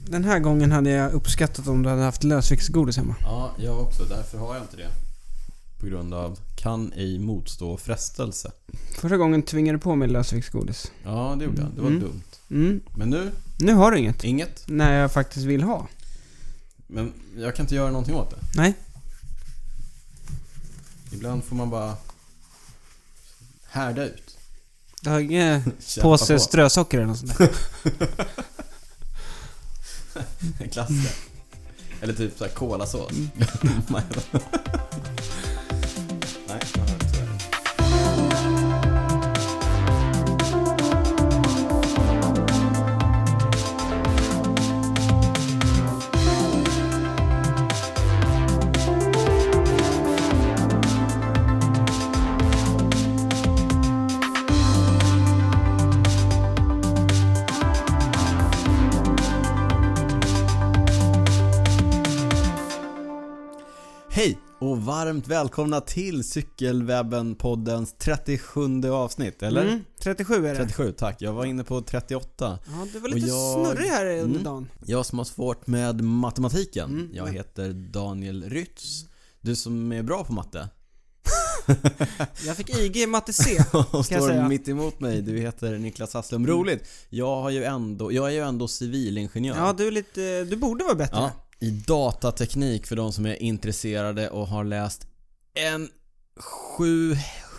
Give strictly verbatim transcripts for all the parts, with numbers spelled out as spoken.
Den här gången hade jag uppskattat om du hade haft lösviktsgodis hemma. Ja, jag också. Därför har jag inte det. På grund av kan ej motstå frestelse. Förra gången tvingade du på mig lösviktsgodis. Ja, det gjorde jag. Det var Mm. dumt. Mm. Men nu? Nu har du inget. Inget? När jag faktiskt vill ha. Men jag kan inte göra någonting åt det. Nej. Ibland får man bara härda ut. Du har ingen Kämpa påse på. strösocker eller något sånt där. En klassiker. Eller typ så här kolasås. Mm. Nej, jag har inte det. Hej och varmt välkomna till Cykelwebben-poddens trettiosjunde avsnitt, eller? Mm, trettiosju är det. trettiosju, tack. Jag var inne på trettioåtta. Ja, det var lite jag... snurrig här under mm. dagen. Jag som har svårt med matematiken. Mm. Jag heter Daniel Rytz. Du som är bra på matte. Jag fick I G i matte C. Och jag säga. står mitt emot mig. Du heter Niklas Hasslum. Roligt. Jag, har ju ändå, jag är ju ändå civilingenjör. Ja, du är lite, du borde vara bättre. Ja, i datateknik för de som är intresserade och har läst en sju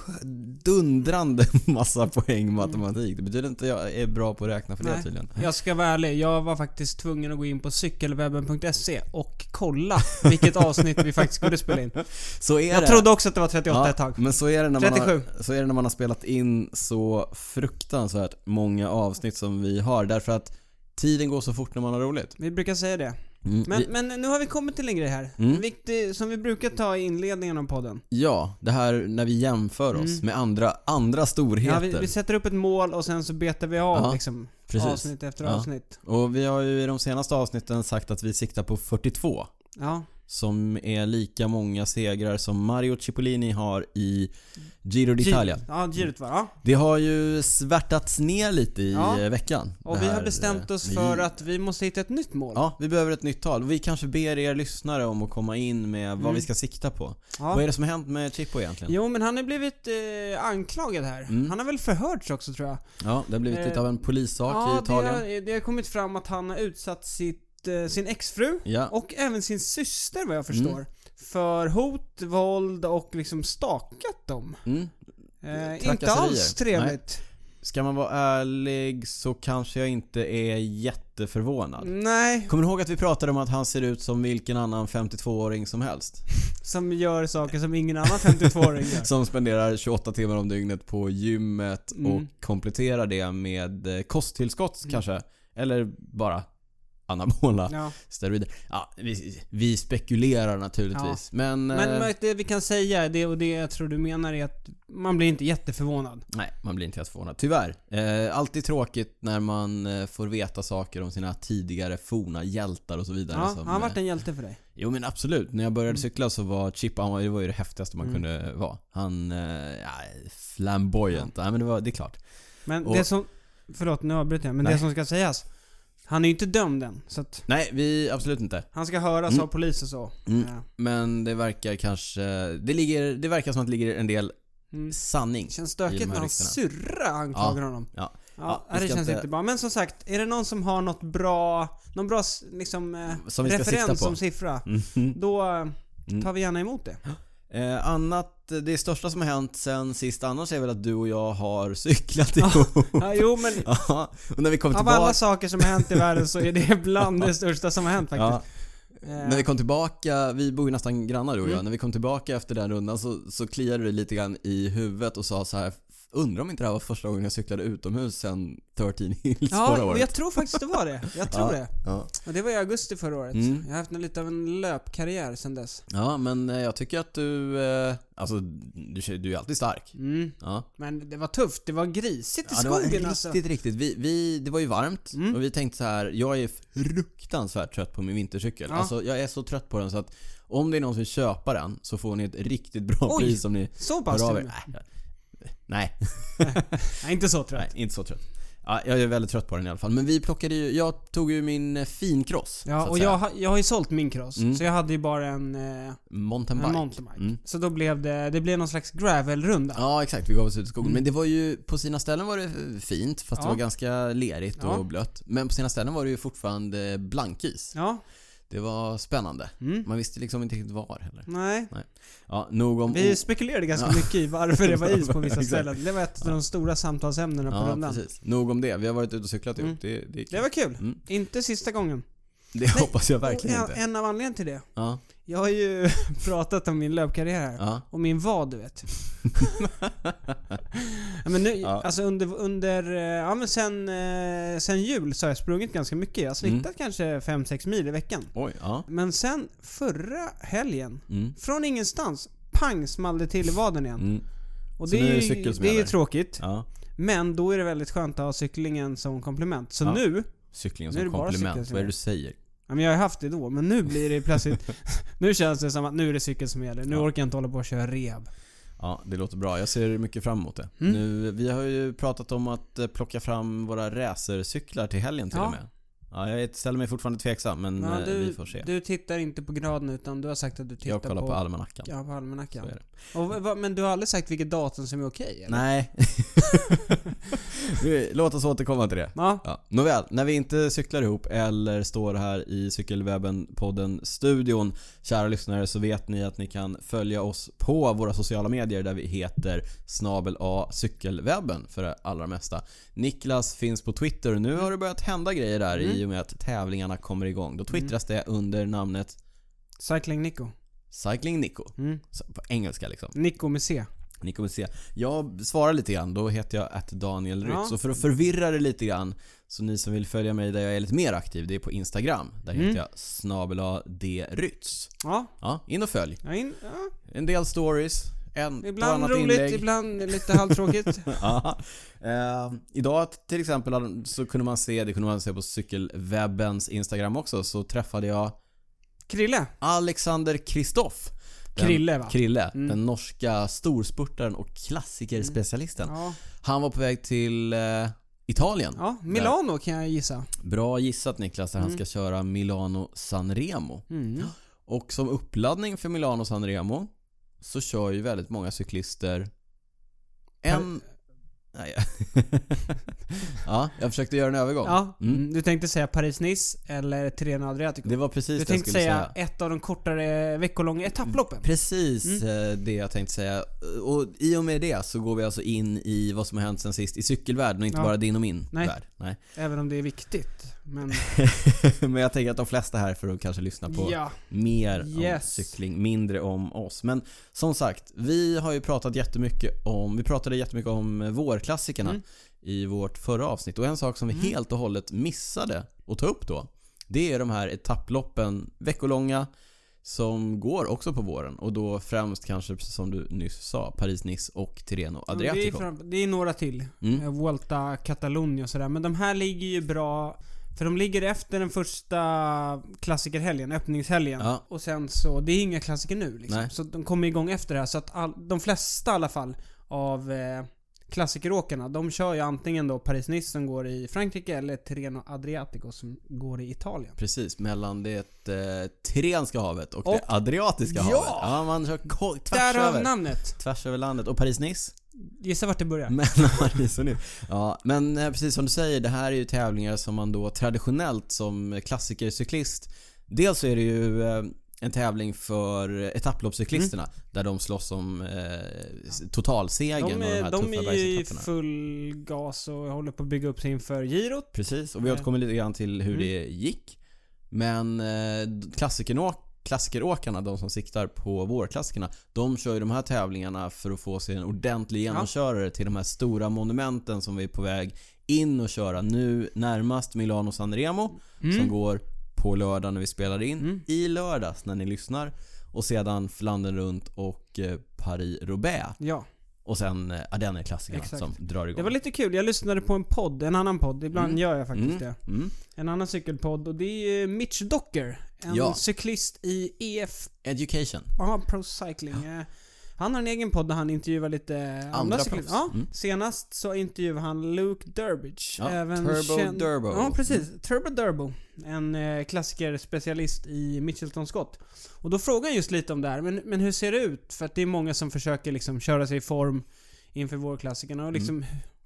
dundrande massa poäng matematik. Det betyder inte att jag är bra på att räkna för Nej. det tydligen. Jag ska vara ärlig, jag var faktiskt tvungen att gå in på cykelwebben punkt se och kolla vilket avsnitt vi faktiskt skulle spela in. Så är Jag det. trodde också att det var trettioåtta Ja, ett tag. men så är det när man trettiosju. har, så är det när man har spelat in så fruktansvärt många avsnitt som vi har, därför att tiden går så fort när man har roligt. Vi brukar säga det. Mm, Men, vi, men nu har vi kommit till en grej här. Mm. En viktig, som vi brukar ta i inledningen av podden. ja, det här när vi jämför oss Mm. med andra andra storheter. Ja, vi, vi sätter upp ett mål och sen så betar vi av Ja, liksom, precis. avsnitt efter Ja. avsnitt. Och vi har ju i de senaste avsnitten sagt att vi siktar på fyrtiotvå. Ja. Som är lika många segrar som Mario Cipollini har i Giro d'Italia. Gi- Ja, girot var ja. Det har ju svärtats ner lite i Ja. veckan. Och det vi här, har bestämt oss vi, för att vi måste hitta ett nytt mål. Ja, vi behöver ett nytt tal. Vi kanske ber er lyssnare om att komma in med vad Mm. vi ska sikta på. Ja. Vad är det som har hänt med Chippo egentligen? Jo, men han har blivit eh, anklagad här. Mm. Han har väl förhörts också, tror jag. Ja, det har blivit lite Eh, av en polissak Ja, i Italien. det har, det har kommit fram att han har utsatt sitt, eh, sin exfru Ja. och även sin syster, vad jag förstår, Mm. för hot, våld och liksom stakat dem. Mm. Eh, inte Trakasserier. alls trevligt. Ska man vara ärlig så kanske jag inte är jätteförvånad. Nej, Kommer du ihåg att vi pratade om att han ser ut som vilken annan femtiotvååring som helst? som gör saker som ingen annan femtiotvååring gör. Som spenderar tjugoåtta timmar om dygnet på gymmet Mm. och kompletterar det med eh, kosttillskott Mm. kanske. Eller bara anabola Ja. steroider. Ja, vi, vi spekulerar naturligtvis. Men, Men, eh, men det vi kan säga, det och det jag tror du menar är att man blir inte jätteförvånad. nej, man blir inte helt förvånad. Tyvärr. Eh, alltid tråkigt när man eh, får veta saker om sina tidigare forna hjältar och så vidare. Ja, som, han har varit eh, en hjälte för dig. Jo men absolut, när jag började Mm. cykla så var Chip, han var, det var ju det häftigaste man Mm. kunde vara. Han, eh, ja, flamboyant. Ja. Nej men det var, det är klart. Men Och- det som... Förlåt, nu avbryter jag. Men Nej. det som ska sägas, han är ju inte dömd än. Så att Nej, vi, absolut inte. han ska höras Mm. av polis och så. Mm. Ja. Men det verkar kanske, det ligger, det verkar som att det ligger en del Mm. sanning. Det känns I stökigt de här när hans ryktena. syrra anklagar honom. Ja. Ja, Ja, vi det ska känns inte- inte bra. Men som sagt, är det någon som har något bra, någon bra liksom, eh, Som vi ska sikta referens på. som siffra, Mhm. då eh, Mm. tar vi gärna emot det. Eh, annat, det största som har hänt sen sist annars är väl att du och jag har cyklat Ja. ihop. Ja, jo, men Ja, och när vi kom av tillbaka alla saker som har hänt i världen så är det bland det största som har hänt ja, faktiskt. Eh, när vi kom tillbaka, vi bor ju nästan grannar du och jag. Mm. När vi kom tillbaka efter den rundan så, så kliade det lite grann i huvudet och sa så här: undrar om inte det här var första gången jag cyklade utomhus sen tretton Hills förra Ja, året. jag tror faktiskt det var det. Jag tror Ja. det. Ja. Och det var i augusti förra året. Mm. Jag har haft en, lite av en löpkarriär sen dess. Ja, men eh, jag tycker att du, eh, alltså du, du är alltid stark. Mm. Ja. Men det var tufft, det var grisigt i Ja, det var skogen riktigt, alltså. riktigt. Vi, vi, det var ju varmt Mm. och vi tänkte så här: jag är fruktansvärt trött på min vintercykel. Ja. Alltså jag är så trött på den så att om det är någon som vill köpa den så får ni ett riktigt bra Oj, pris om ni Så pass hör av till er. och med. Nej, Nej, inte så trött. nej, inte så trött. Ja, jag är väldigt trött på den i alla fall. Men vi plockade ju, jag tog ju min fincross. Ja, och jag, jag har ju sålt min cross. Mm. Så jag hade ju bara en... Eh, mountainbike. en mountainbike. Mm. Så då blev det, det blev någon slags gravelrunda. Ja, exakt. Vi gav oss ut i skogen. Mm. Men det var ju, på sina ställen var det fint. Fast Ja. det var ganska lerigt Ja. och blött. Men på sina ställen var det ju fortfarande blankis. Ja. Det var spännande. Mm. Man visste liksom inte riktigt var heller. Nej. Ja, nog om... Vi spekulerade ganska Ja. mycket i varför det var is på vissa Exakt. ställen. Det var ett av de stora samtalsämnena på Ja, rundan. precis. Nog om det. Vi har varit ute och cyklat ihop. Mm. Det, det, är kul. Det var kul. Mm. Inte sista gången. Det hoppas jag verkligen Och inte. en, en av anledningarna till det. Ja, Jag har ju pratat om min löpkarriär här. ja. Och min vad, du vet. Ja, men nu, Ja. alltså under, under, eh, ja men sen, eh, sen jul så har jag sprungit ganska mycket. Jag har snittat Mm. kanske fem sex mil i veckan. Oj, ja. Men sen förra helgen, Mm. från ingenstans, pang small det till i vaden igen. Mm. Och Så det nu är är, det ju, cykel som det är ju gäller. tråkigt. Ja. Men då är det väldigt skönt att ha cyklingen som komplement. Så Ja. nu, Cyklingen Nu är som det bara cykeln komplement. som Vad är det gäller. du säger? ja, men jag har haft det då, men nu blir det plötsligt nu känns det som att nu är det cykel som gäller. Nu Ja. orkar jag inte hålla på och köra rehab. Ja, det låter bra. Jag ser mycket fram emot det. Mm. Nu, vi har ju pratat om att eh, plocka fram våra racercyklar till helgen till Ja. och med. Ja, jag ställer mig fortfarande tveksam, men Ja, eh, du, vi får se. du tittar inte på graden utan du har sagt att du tittar Jag kollar på, på almanackan. Ja, på almanackan. Så är det. Och, vad- men du har aldrig sagt vilket datum som är okej, eller? Nej. Vi- Låt oss återkomma till det. Ja. Ja. Nåväl, när vi inte cyklar ihop eller står här i Cykelwebben-podden-studion, kära lyssnare, så vet ni att ni kan följa oss på våra sociala medier där vi heter snabel a cykelwebben för det allra mesta. Niklas finns på Twitter och nu har det börjat hända grejer där Mm. i och med att tävlingarna kommer igång. Då twittras det under namnet Cycling Nico. Cycling Nico. Mm. Så på engelska liksom. Nico med C. Ni kommer se. Jag svarar lite grann, då heter jag att Daniel Rytz. Ja. Så för att förvirra det lite grann, så ni som vill följa mig där jag är lite mer aktiv, det är på Instagram. Där Mm. heter jag snabel-a d-rytz. Ja. Ja, in och följ. Ja, in, ja. En del stories, en Ibland annat roligt, inlägg. ibland lite halvtråkigt. Ja. Eh, idag till exempel så kunde man se, det kunde man se på Cykelwebbens Instagram också, så träffade jag Krille. Alexander Kristoff. Den- Krille, va? Krille, Mm. den norska storspurtaren och klassikerspecialisten. Ja. Han var på väg till eh, Italien. Ja, Milano kan jag gissa. Bra gissat Niklas, där han Mm. ska köra Milano Sanremo. Mm. Och som uppladdning för Milano Sanremo så kör ju väldigt många cyklister en... Nej. Ja, jag försökte göra en övergång. Ja, Mm. mm. Du tänkte säga Paris-Nice eller Tirreno Adriatico. Det var precis Du det jag tänkte skulle säga, säga. ett av de kortare veckolånga etapploppen. Precis Mm. eh, det jag tänkte säga. Och i och med det så går vi alltså in i vad som har hänt sen sist i cykelvärlden och inte Ja. bara din och min Nej. värld. Nej. Även om det är viktigt. Men Men jag tänker att de flesta här för att kanske lyssna på ja. mer om Yes. cykling, mindre om oss. Men som sagt, vi har ju pratat jättemycket om, vi pratade jättemycket om vårklassikerna Mm. i vårt förra avsnitt. Och en sak som vi Mm. helt och hållet missade att ta upp då, det är de här etapploppen, veckolånga, som går också på våren. Och då främst kanske, som du nyss sa, Paris-Nice och Tirreno Det är, Adriatico. fram, det är några till. Mm. Eh, Vuelta Catalunya och sådär. Men de här ligger ju bra. För de ligger efter den första klassikerhelgen, öppningshelgen. Ja. Och sen så, det är inga klassiker nu liksom. Nej. Så de kommer igång efter det här. Så att all, de flesta i alla fall av eh, klassikeråkarna, de kör ju antingen då Paris-Nice som går i Frankrike eller Tirreno Adriatico som går i Italien. Precis, mellan det eh, Tirenska havet och, Och- det Adriatiska Ja! havet. Ja, man kör ko- tvärs Därav över. namnet. Tvärs över landet. Och Paris-Nice? Gissa vart det börjar. Mellan Paris och Nice. Ja, men eh, precis som du säger, det här är ju tävlingar som man då traditionellt som klassikercyklist. Dels så är det ju eh, en tävling för etapploppscyklisterna där de slåss om eh, totalsegern De och de här är, de tuffa är ju i bergsetapperna. full gas och håller på att bygga upp sig inför girot. Precis, och vi återkommer lite grann till hur Mm. det gick. Men eh, klassikerna klassikeråkarna, de som siktar på vårklassikerna, de kör ju de här tävlingarna för att få sig en ordentlig genomkörare till de här stora monumenten som vi är på väg in och köra nu, närmast Milano Sanremo Mm. som går på lördag när vi spelar in, Mm. i lördags när ni lyssnar, och sedan Flandern runt och eh, Paris-Roubaix Ja, och sen eh, Ardenner-klassikerna Exakt. som drar igång. det var lite kul. Jag lyssnade på en podd, en annan podd. Ibland Mm. gör jag faktiskt mm. det. Mm. En annan cykelpodd och det är Mitch Docker. En Ja. cyklist i E F Education. ja, Pro Cycling. Eh, Han har en egen podd där han intervjuar lite andra proffs. Ja, Mm. senast så intervjuade han Luke Durbridge. Ja, även Turbo känd... Durbo. Ja, precis. Turbo Durbo. En eh, klassikerspecialist i Mitchelton-skott. Och då frågar han just lite om det här. Men, men hur ser det ut? För att det är många som försöker liksom köra sig i form inför vårklassikerna. Och liksom... Mm.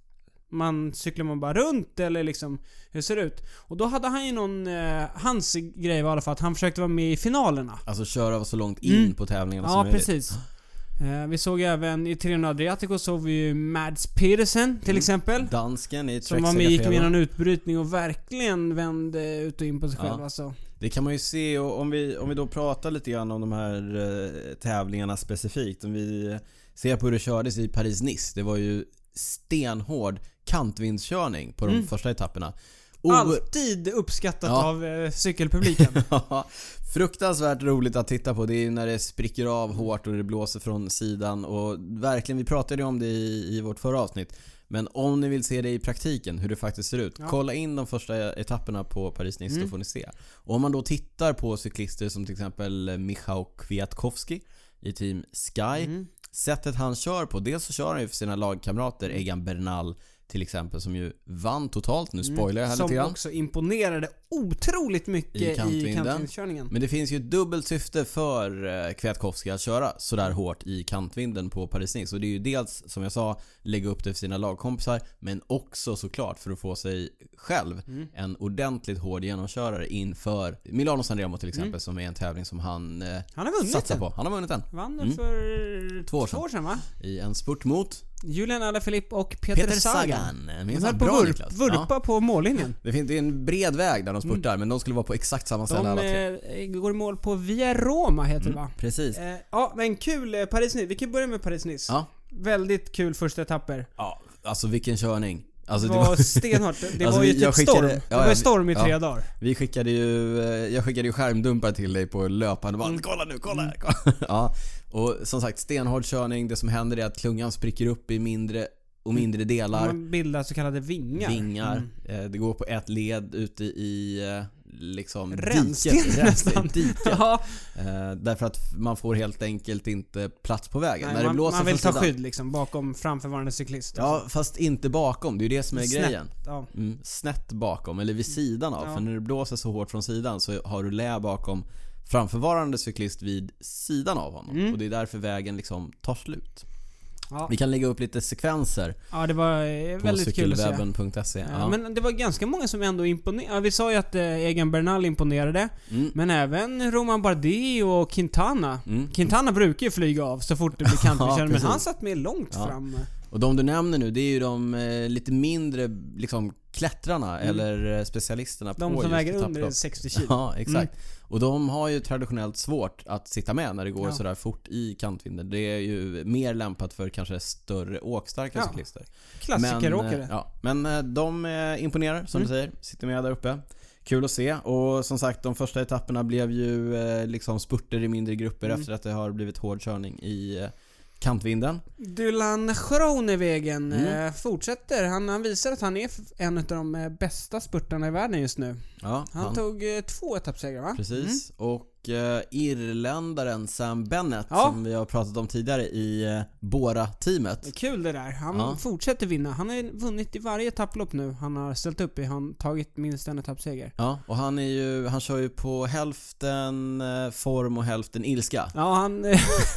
Man cyklar man bara runt eller liksom hur ser det ut? Och då hade han ju någon eh, hans grej var i alla fall att han försökte vara med i finalerna. Alltså köra så långt in mm. på tävlingarna ja, som möjligt. Ja, precis. Eh, vi såg även i Tirreno Adriatico såg vi ju Mads Pedersen till mm. exempel. Dansken i som var med, gick med en utbrytning och verkligen vände ut och in på sig själv. Ja. Alltså. Det kan man ju se, och om vi, om vi då pratar lite grann om de här eh, tävlingarna specifikt. Om vi ser på hur det kördes i Paris-Nice. Det var ju stenhård kantvindskörning på de mm. första etapperna. O- Alltid uppskattat ja. av eh, cykelpubliken. Fruktansvärt roligt att titta på. Det är när det spricker av hårt och det blåser från sidan. Och verkligen, vi pratade om det i, i vårt förra avsnitt. Men om ni vill se det i praktiken, hur det faktiskt ser ut, ja. kolla in de första etapperna på Paris-Nice, mm. då får ni se. Och om man då tittar på cyklister som till exempel Michał Kwiatkowski i Team Sky, mm. sättet han kör på, dels så kör han ju för sina lagkamrater Egan Bernal till exempel, som ju vann totalt. Nu spoilar jag här mm, lite grann. Som också imponerade otroligt mycket i, i kantvindskörningen. Men det finns ju ett dubbelt syfte för eh, Kwiatkowski att köra sådär hårt i kantvinden på Paris-Nice. Och det är ju dels, som jag sa, lägga upp det för sina lagkompisar, men också såklart för att få sig själv mm. en ordentligt hård genomkörare inför Milano-San Remo till exempel, mm. som är en tävling som han, eh, han har vunnit satsar den. på. Han har vunnit den. Vann den för två år sedan, två år sedan va? I en spurt mot Julian Alaphilippe och Peter, Peter Sagan. Minns han på vurp, vurpa ja. på mållinjen. Det finns en bred väg där de spurtar, mm. men de skulle vara på exakt samma ställe alla tre. De går i mål på Via Roma heter mm, det va? Precis. Eh, ja, men kul eh, Paris-Nice. Vi kan börja med Paris-Nice. Ja. Väldigt kul första etapper. Ja, alltså vilken körning. Alltså, det, det var stenhårt. Det alltså, var ju typ skickade, storm. Ja, det var storm i ja, tre dagar. Vi skickade ju jag skickade ju skärmdumpar till dig på löpande band. Mm. Kolla nu, kolla. Mm. kolla. Ja. Och som sagt, stenhård körning. Det som händer är att klungan spricker upp i mindre och mindre delar. Man bildar så kallade vingar. Vingar. Mm. Det går på ett led ute i liksom Rännsten nästan. Diket. Ja. Därför att man får helt enkelt inte plats på vägen. Nej, när det man, blåser man vill ta sidan. skydd liksom bakom framförvarande cyklist. Ja, fast inte bakom. Det är ju det som är Snett, grejen. Ja. Mm, snett bakom eller vid sidan av. Ja. För när det blåser så hårt från sidan så har du lä bakom framförvarande cyklist vid sidan av honom. Mm. Och det är därför vägen liksom tar slut. Ja. Vi kan lägga upp lite sekvenser. Ja, det var väldigt kul att se. På cykelwebben punkt se. Ja, ja. Men det var ganska många som ändå imponerade. Ja, vi sa ju att eh, Egan Bernal imponerade. Mm. Men även Romain Bardet och Quintana. Mm. Quintana brukar ju flyga av så fort det blir kantvindskörning. Men han satt med långt ja. fram. Och de du nämner nu, det är ju de eh, lite mindre liksom klättrarna mm. eller specialisterna de på de som väger under sextio kilo. Ja, exakt. Mm. Och de har ju traditionellt svårt att sitta med när det går ja. sådär fort i kantvinden. Det är ju mer lämpat för kanske större åkstarka ja. cyklister. Klassikeråkare. Men, ja, men de imponerar som mm. du säger. Sitter med där uppe. Kul att se. Och som sagt, de första etapperna blev ju eh, liksom spurter i mindre grupper mm. efter att det har blivit hård körning i eh, kantvinden. Dylan Groenewegen mm. eh, fortsätter. Han, han visar att han är en av de eh, bästa spurtarna i världen just nu. Ja, han, han tog eh, två etappsegrar va? Precis. Mm. Och eh, irländaren Sam Bennett ja. som vi har pratat om tidigare i eh, Bora-teamet. Det är kul det där. Han ja. fortsätter vinna. Han har vunnit i varje etapplopp nu. Han har ställt upp i. Han tagit minst en etappseger. Ja, och han är ju han kör ju på hälften eh, form och hälften ilska. Ja, han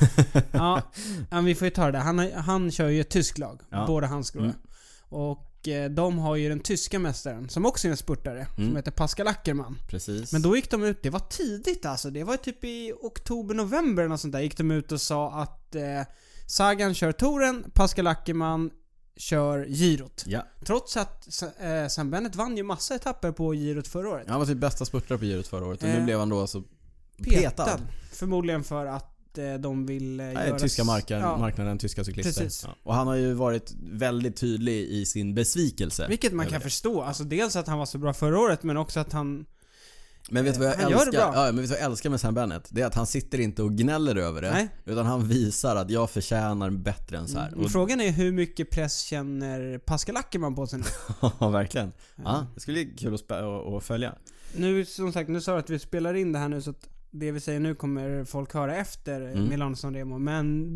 ja, ja, vi får ju ta det där. Han, han kör ju ett tysk lag. Ja. Båda hans mm. Och eh, de har ju den tyska mästaren som också är en spurtare mm. som heter Pascal Ackermann. Precis. Men då gick de ut, det var tidigt alltså. Det var typ i oktober, november och sånt där. Gick de ut och sa att eh, Sagan kör touren, Pascal Ackermann kör girot. Ja. Trots att eh, Sam Bennett vann ju massa etapper på girot förra året. Han var typ bästa spurtare på girot förra året. Och eh, nu blev han då alltså petad. petad. Förmodligen för att de vill Nej, göra... tyska marknaden, ja. marknaden, tyska cyklister. Ja. Och han har ju varit väldigt tydlig i sin besvikelse. Vilket man kan det. förstå. Alltså dels att han var så bra förra året, men också att han... Men vet du vad jag älskar? Ja, men vet du vad jag älskar med Sam Bennett? Det är att han sitter inte och gnäller över det. Nej. Utan han visar att jag förtjänar bättre än så här. Mm. Och frågan är hur mycket press känner Pascal Ackermann på sig nu? Ja, verkligen. Ja, det skulle bli kul att, spä- att följa. Nu, som sagt, nu sa jag att vi spelar in det här nu så att det vi säger nu kommer folk höra efter mm. Milano San Remo. Men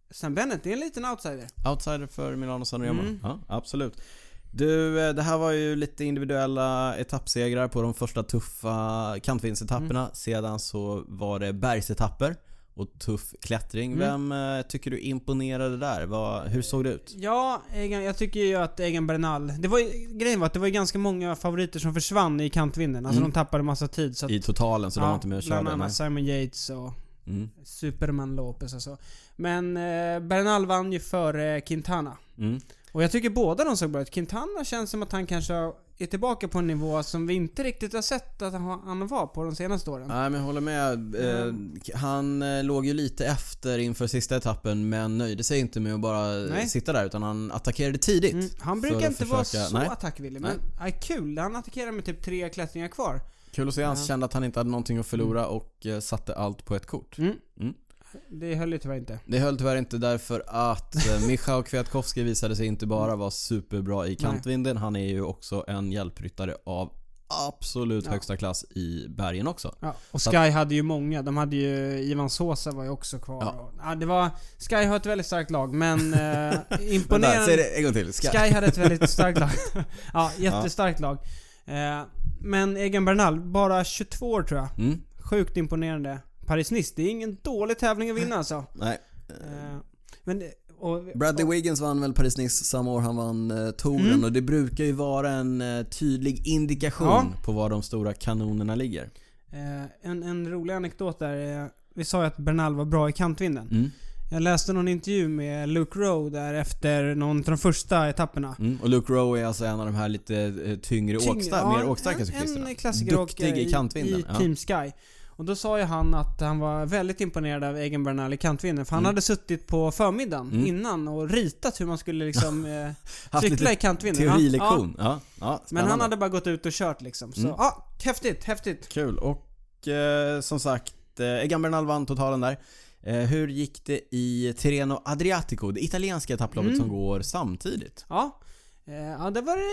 Sam Bennett är en liten outsider. Outsider för Milano Sanremo. Mm. Ja, absolut. Du, det här var ju lite individuella etappsegrar på de första tuffa kantvinsetapperna. Mm. Sedan så var det bergsetapper och tuff klättring. Mm. Vem eh, tycker du imponerade där? Vad, hur såg det ut? Ja, Egan, jag tycker ju att Egan Bernal, det var ju, grejen var att det var ju ganska många favoriter som försvann i kantvinden. Alltså mm. de tappade massa tid så att, i totalen, så ja, de var inte med och körde. Bland annat Simon Yates och mm. Superman Lopez och så. Men eh, Bernal vann ju före Quintana. Mm. Och jag tycker båda de såg bra ut. Quintana känns som att han kanske är tillbaka på en nivå som vi inte riktigt har sett att han var på de senaste åren. Nej, men jag håller med. Mm. Eh, han eh, låg ju lite efter inför sista etappen, men nöjde sig inte med att bara Nej. sitta där, utan han attackerade tidigt. Mm. Han brukar inte försöka... vara så Nej. attackvillig, men Nej. Är kul. Han attackerade med typ tre klättringar kvar. Kul att se. Han ja. kände att han inte hade någonting att förlora mm. och eh, satte allt på ett kort. Mm. Mm. Det höll ju tyvärr inte. Det höll tyvärr inte därför att Michał Kwiatkowski visade sig inte bara vara superbra i kantvinden. Han är ju också en hjälpryttare av absolut ja. högsta klass i bergen också. Ja. Och Sky att... hade ju många. De hade ju Ivan Sosa var ju också kvar. Ja. Ja, det var Sky har ett väldigt starkt lag, men eh, imponerande. Säg det en gång till. Sky, Sky hade ett väldigt starkt lag. Ja, jättestarkt ja. lag. Eh, men Egan Bernal bara tjugotvå år tror jag. Mm. Sjukt imponerande. Paris-Nice, det är ingen dålig tävling att vinna alltså. Nej. Uh, men och, Bradley och, Wiggins vann väl Paris-Nice samma år han vann uh, touren mm. och det brukar ju vara en uh, tydlig indikation ja. på var de stora kanonerna ligger. Uh, en, en rolig anekdot där. Uh, vi sa ju att Bernal var bra i kantvinden. Mm. Jag läste någon intervju med Luke Rowe där efter någon av de första etapperna. Mm. Och Luke Rowe är alltså en av de här lite tyngre, Tyng, åkstar, ja, mer åkstarka cyklisterna. En klassiker Duktig i kantvinden. I, i Team Sky. Och då sa ju han att han var väldigt imponerad av Egan Bernal i kantvinden. För han mm. hade suttit på förmiddagen mm. innan och ritat hur man skulle liksom eh, cykla i kantvinden. Teorilektion. Ja. Ja. Ja, men han hade bara gått ut och kört liksom. Så mm. ja, häftigt, häftigt. Kul. Och eh, som sagt, eh, Egan Bernal vann totalen där. Eh, hur gick det i Tirreno Adriatico, det italienska etapploppet mm. som går samtidigt? Ja, eh, ja det var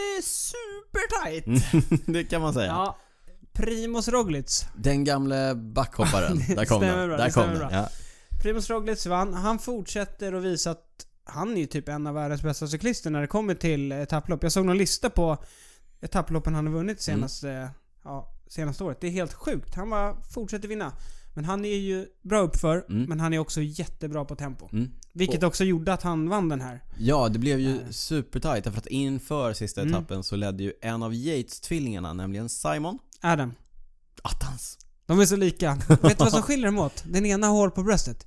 supertight. Det kan man säga. Ja. Primoz Roglic. Den gamle backhopparen. Där kom den. Bra, Där kom den. Ja. Primoz Roglic vann. Han fortsätter att visa att han är ju typ en av världens bästa cyklister när det kommer till etapplopp. Jag såg någon lista på etapploppen han har vunnit senaste, mm. ja, senaste året. Det är helt sjukt. Han bara fortsätter vinna. Men han är ju bra uppför, mm. men han är också jättebra på tempo. Mm. Vilket och, också gjorde att han vann den här. Ja, det blev ju äh. supertight. För att inför sista mm. etappen så ledde ju en av Yates-tvillingarna, nämligen Simon Adam. Attans. De är så lika. Vet du vad som skiljer dem åt? Den ena har hår på bröstet.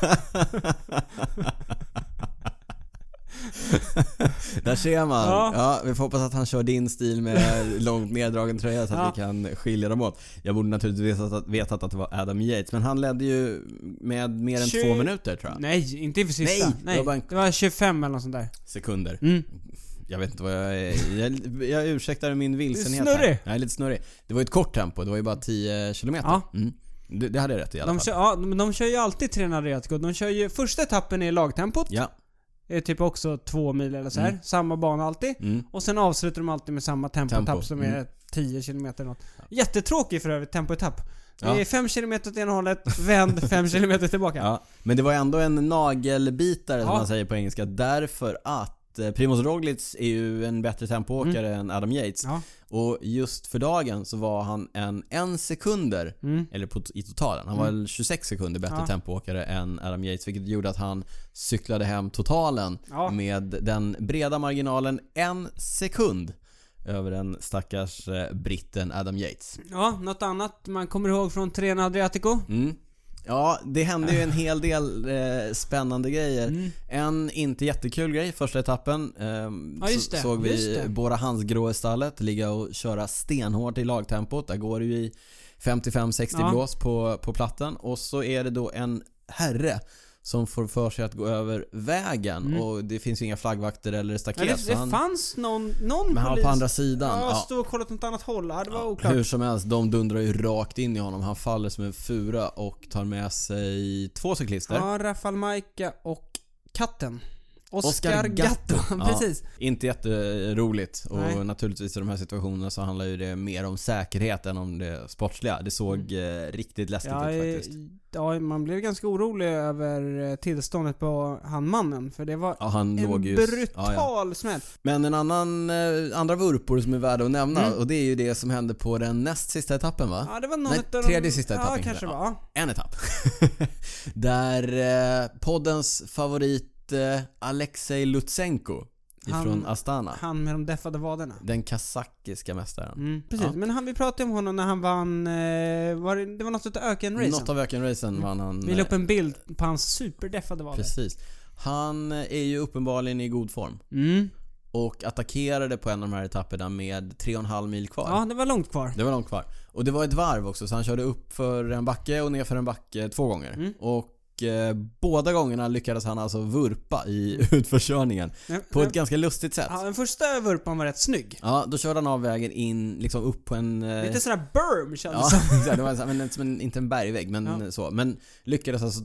Där ser man. Ja. Ja, vi får hoppas att han kör din stil med långt neddragen tröja så att ja. vi kan skilja dem åt. Jag borde naturligtvis vetat, vetat att det var Adam Yates, men han ledde ju med mer än tjugo två minuter tror jag. Nej, inte för sista. Nej, Nej. Det, var en... det var tjugofem eller något sånt där. Sekunder. Mm. Jag vet inte vad jag är. Jag, jag ursäktar min vilsenhet. Snurrig. Jag är lite snurrig. Det var ju ett kort tempo, det var ju bara tio kilometer. Ja. Mm. Det, det hade jag rätt i alla de fall. Kör, ja, de, de kör ju alltid Tirreno Adriatico. De kör ju första etappen i lagtempot. Ja. Det är typ också två mil eller så här. Mm. Samma bana alltid. Mm. Och sen avslutar de alltid med samma tempoetapp tempo. som är mm. tio kilometer något. Ja. Jättetråkig för övrigt tempoetapp. Det är fem kilometer åt ena hållet, vänd fem kilometer tillbaka. Ja. Men det var ändå en nagelbitare som ja. man säger på engelska. Därför att Primoz Roglic är ju en bättre tempoåkare mm. än Adam Yates. Ja. Och just för dagen så var han en en sekunder mm. eller på, i totalen. Han var mm. tjugosex sekunder bättre ja. tempoåkare än Adam Yates, vilket gjorde att han cyklade hem totalen ja. med den breda marginalen en sekund över den stackars eh, britten Adam Yates. Ja, något annat man kommer ihåg från Tirreno Adriatico? Mm. Ja, det hände ju en hel del eh, spännande grejer. Mm. En inte jättekul grej, första etappen eh, ja, just det, så, såg vi just det. Bora Hansgrohe-stallet ligga och köra stenhårt i lagtempot. Där går det ju i femtiofem sextio ja. blås på, på platten. Och så är det då en herre som får för sig att gå över vägen mm. och det finns ju inga flaggvakter eller staket. Ja, det det han, fanns någon, någon men han var på andra sidan. Ja, stod och kollat åt något annat håll. Ja, det var ja, oklart. Hur som helst, de dundrar ju rakt in i honom. Han faller som en fura och tar med sig två cyklister. Ja, Rafal Majka och katten. Oscar, Oscar Gatto. Gatto. Precis. Ja, inte jätteroligt. Och Nej. naturligtvis i de här situationerna så handlar ju det mer om säkerhet än om det sportsliga. Det såg Mm. eh, riktigt läskigt Ja, ut faktiskt. ja, man blev ganska orolig över tillståndet på han mannen. För det var Ja, han en låg ju... brutal ja, ja. smäll. Men en annan, eh, andra vurpor som är värda att nämna, Mm. och det är ju det som hände på den näst sista etappen, va? Ja, det var någon Nej, utav tredje de, sista ja, etappen kanske kanske. var. Ja. En etapp. Där eh, poddens favorit eh, Alexej Lutsenko ifrån Han- Astana. Han med de deffade vaderna. Den kazakiska mästaren. Mm, precis, Ja. men han, vi pratade om honom när han vann, eh, var det, det var något utav ökenracen. Något av ökenracen vann han. Vi la upp en bild på hans superdeffade vader. Precis. Han är ju uppenbarligen i god form. Mm. Och attackerade på en av de här etapperna med tre och en halv mil kvar. Ja, det var långt kvar. Det var långt kvar. Och det var ett varv också, så han körde upp för en backe och ner för en backe två gånger. Mm. Och eh, båda gångerna lyckades han alltså vurpa i utförkörningen. Ja, På ja. ett ganska lustigt sätt. Ja, den första vurpan var rätt snygg. Ja, då körde han av vägen in liksom upp på en... Eh, Lite sådär berm kändes ja, som. exakt. Det var så här, men, som en, inte en bergvägg, men Ja. så. Men lyckades alltså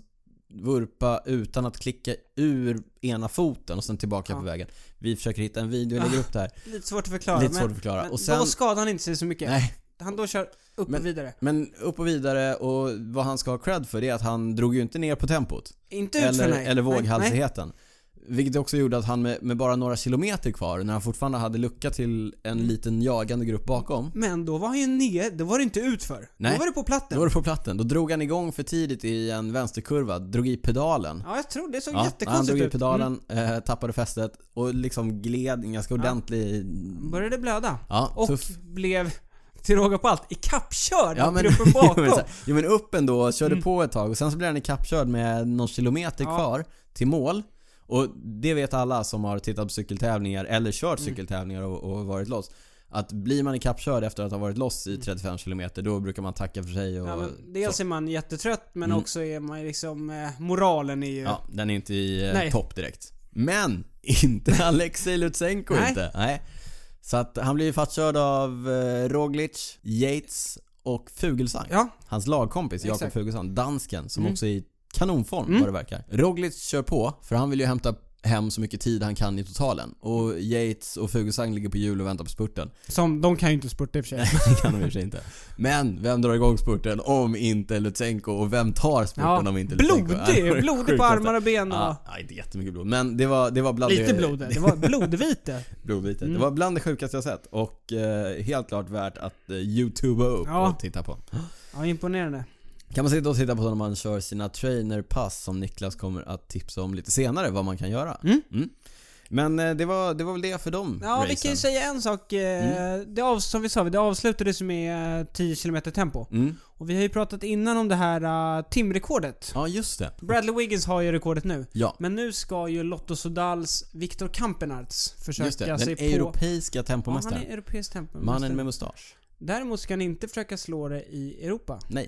vurpa utan att klicka ur ena foten och sen tillbaka Ja. på vägen. Vi försöker hitta en video och lägger upp det här. Lite svårt att förklara. Lite men, svårt att förklara. Men Och sen, då skadade han inte sig så mycket. nej, Han då kör upp Men- och vidare. men upp och vidare, och vad han ska ha cred för det är att han drog ju inte ner på tempot. Inte ut för Eller, nej. eller Nej, nej. våghalsigheten. Vilket också gjorde att han med, med bara några kilometer kvar, när han fortfarande hade lucka till en Mm. liten jagande grupp bakom, Men då var han ju ner, då var det inte ut för. Nej. Då var det på platten. då var det på platten. Då drog han igång för tidigt i en vänsterkurva, drog i pedalen. Ja, jag tror det såg Ja, han jättekonstigt drog i ut. pedalen, eh, tappade fästet och liksom gled en ganska ordentlig... Mm. Började blöda. Ja, Och tuff. blev till råga på allt ikappkörd Ja, av men, gruppen jo, bakom. men, så här, jo men upp ändå, körde Mm. på ett tag och sen så blev han ikappkörd med någon kilometer Ja. kvar till mål. Och det vet alla som har tittat på cykeltävlingar eller kört Mm. cykeltävlingar och, och varit loss. Att blir man ikappkörd efter att ha varit loss Mm. i trettiofem kilometer, då brukar man tacka för sig och Ja, men dels så. är man jättetrött, men Mm. också är man liksom, eh, moralen är ju... Ja, den är inte i eh, Nej. topp direkt. Men inte Alexej Lutsenko Nej. inte. Nej. Så att han blir ju fattkörd av eh, Roglic, Yates och Fuglsang. Ja, Hans lagkompis Jakob Exakt. Fuglsang, dansken, som Mm. också är i kanonform Mm. vad det verkar. Roglic kör på, för han vill ju hämta hem så mycket tid han kan i totalen. Och Yates och Fuglsang ligger på hjul och väntar på spurten. som, de kan ju inte spurta i och för sig. Det kan de i och för sig inte. Men vem drar igång spurten om inte Lutsenko? Och vem tar spurten Ja, om inte Lutsenko? Ja, det var blodig, det blodig på sjukaste. armar och ben och... Ja, ja, inte jättemycket blod. Men det var, det var bland Lite det, blod, det var blodvite. blodvite. Mm. Det var bland det sjukaste jag sett. Och eh, helt klart värt att eh, YouTubea upp Ja. och titta på. Ja, imponerande. Kan man sitta och titta på när man kör sina trainerpass, som Niklas kommer att tipsa om lite senare vad man kan göra. Mm. Mm. Men eh, det var, det var väl det för dem. Ja, vi racen. kan ju säga en sak. Eh, det av, som vi sa, det avslutades med eh, tio kilometer tempo. Mm. Och vi har ju pratat innan om det här uh, timrekordet. Ja, just det. Bradley Wiggins har ju rekordet nu. Ja, Men nu ska ju Lotto Sodals Viktor Kampenarts försöka just det. Den sig på... europeisk Ja, han tempomästaren. är europeisk tempomästare. Mannen med mustasch. Däremot ska han inte försöka slå det i Europa. Nej.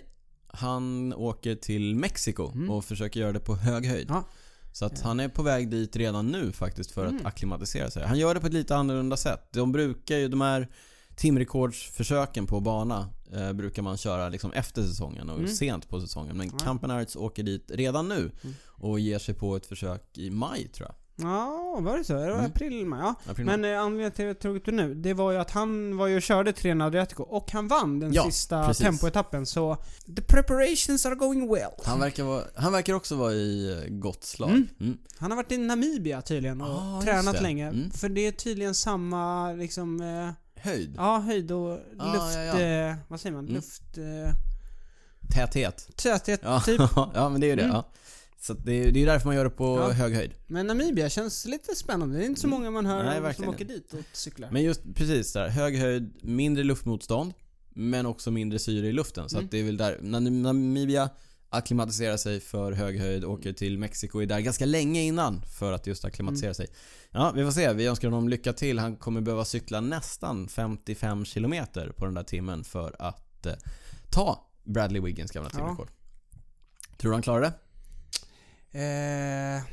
Han åker till Mexiko Mm. och försöker göra det på hög höjd. Ja. Så att Ja. han är på väg dit redan nu faktiskt för Mm. att akklimatisera sig. Han gör det på ett lite annorlunda sätt. De brukar ju, de här timrekordsförsöken på bana eh, brukar man köra liksom efter säsongen och Mm. sent på säsongen. Men Ja. Kampenarts åker dit redan nu Mm. och ger sig på ett försök i maj, tror jag. Ja, var det så? Det var Mm. april, maj. Ja. April, Men eh, anledningen till att jag tog upp det nu, det var ju att han var ju och körde Tirreno Adriatico och han vann den Ja, sista precis. tempoetappen. Så the preparations are going well. Han verkar, vara, han verkar också vara i eh, gott slag. Mm. Mm. Han har varit i Namibia tydligen och Ah, just tränat det. länge. Mm. För det är tydligen samma liksom... Eh, Höjd. ja, höjd och Ah, luft... ja, ja. Eh, vad säger man? Mm. Luft... Eh, Täthet. täthet, Ja, typ. ja men det är ju det. Mm. Ja. Så att det, är, det är därför man gör det på Ja. hög höjd. Men Namibia känns lite spännande. Det är inte så Mm. många man hör Nej, som verkligen åker dit och cyklar. Men just precis där, hög höjd, mindre luftmotstånd, men också mindre syre i luften. Så Mm. att det är väl där, när Namibia akklimatiserar sig för hög höjd, åker till Mexiko, är där ganska länge innan för att just akklimatisera Mm. sig. Ja, vi får se. Vi önskar honom lycka till. Han kommer behöva cykla nästan femtiofem kilometer på den där timmen för att eh, ta Bradley Wiggins gamla Ja. timrekord. Tror du han klarar det? Eh,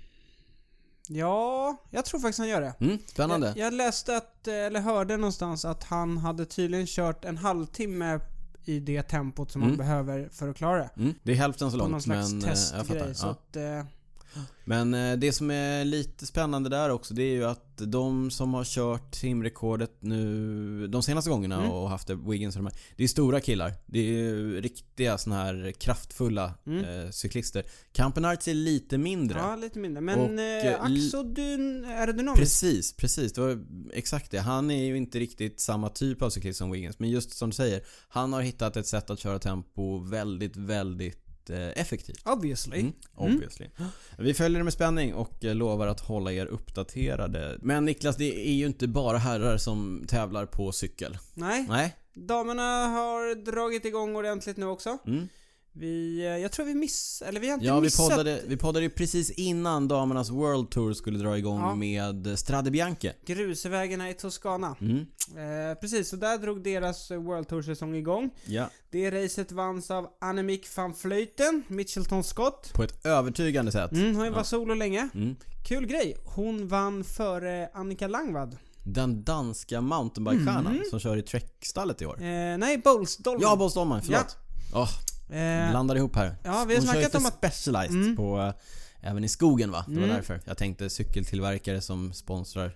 ja, jag tror faktiskt han gör det. Mm, spännande. Jag, jag läste att, eller hörde någonstans att han hade tydligen kört en halvtimme i det tempot som Mm. han behöver för att klara det. Mm, det är hälften så På någon långt, slags men eh, jag testgrej. fattar. Så Ja. att, eh, Men eh, det som är lite spännande där också, det är ju att de som har kört timrekordet nu de senaste gångerna mm. och haft det, Wiggins och de här, det är stora killar. Det är riktiga såna här kraftfulla mm. eh, cyklister. Campenarts är lite mindre. Ja, lite mindre. Men och, eh, Axo dyn aerodynamisk. Precis, precis. Det var exakt det. Han är ju inte riktigt samma typ av cyklist som Wiggins, men just som du säger, han har hittat ett sätt att köra tempo väldigt, väldigt effektivt. Obviously. Mm, obviously. Mm. Vi följer det med spänning och lovar att hålla er uppdaterade. Men Niklas, det är ju inte bara herrar som tävlar på cykel. Nej. Nej. Damerna har dragit igång ordentligt nu också. Mm. Vi, jag tror vi miss eller vi har inte ja, missat. vi poddade, vi poddade ju precis innan damernas World Tour skulle dra igång ja. med Strade Bianche. Grusvägarna i Toscana. Mm. Eh, precis, så där drog deras World Tour-säsong igång. Ja. Det racet vanns av Annemiek van Vleuten, Mitchelton Scott. På ett övertygande sätt. Mm, hon var ja. solo länge. Mm. Kul grej. Hon vann före Annika Langvad. Den danska mountainbike-stjärnan mm. som kör i Trek-stallet i år. Eh, nej, Boels-Dolman. Ja, Boels-Dolman, förlåt. Ja. Oh. Eh, blandar ihop här. Ja, vi har hon snackat om att Specialized mm. på äh, även i skogen va. Det var mm. därför jag tänkte cykeltillverkare som sponsrar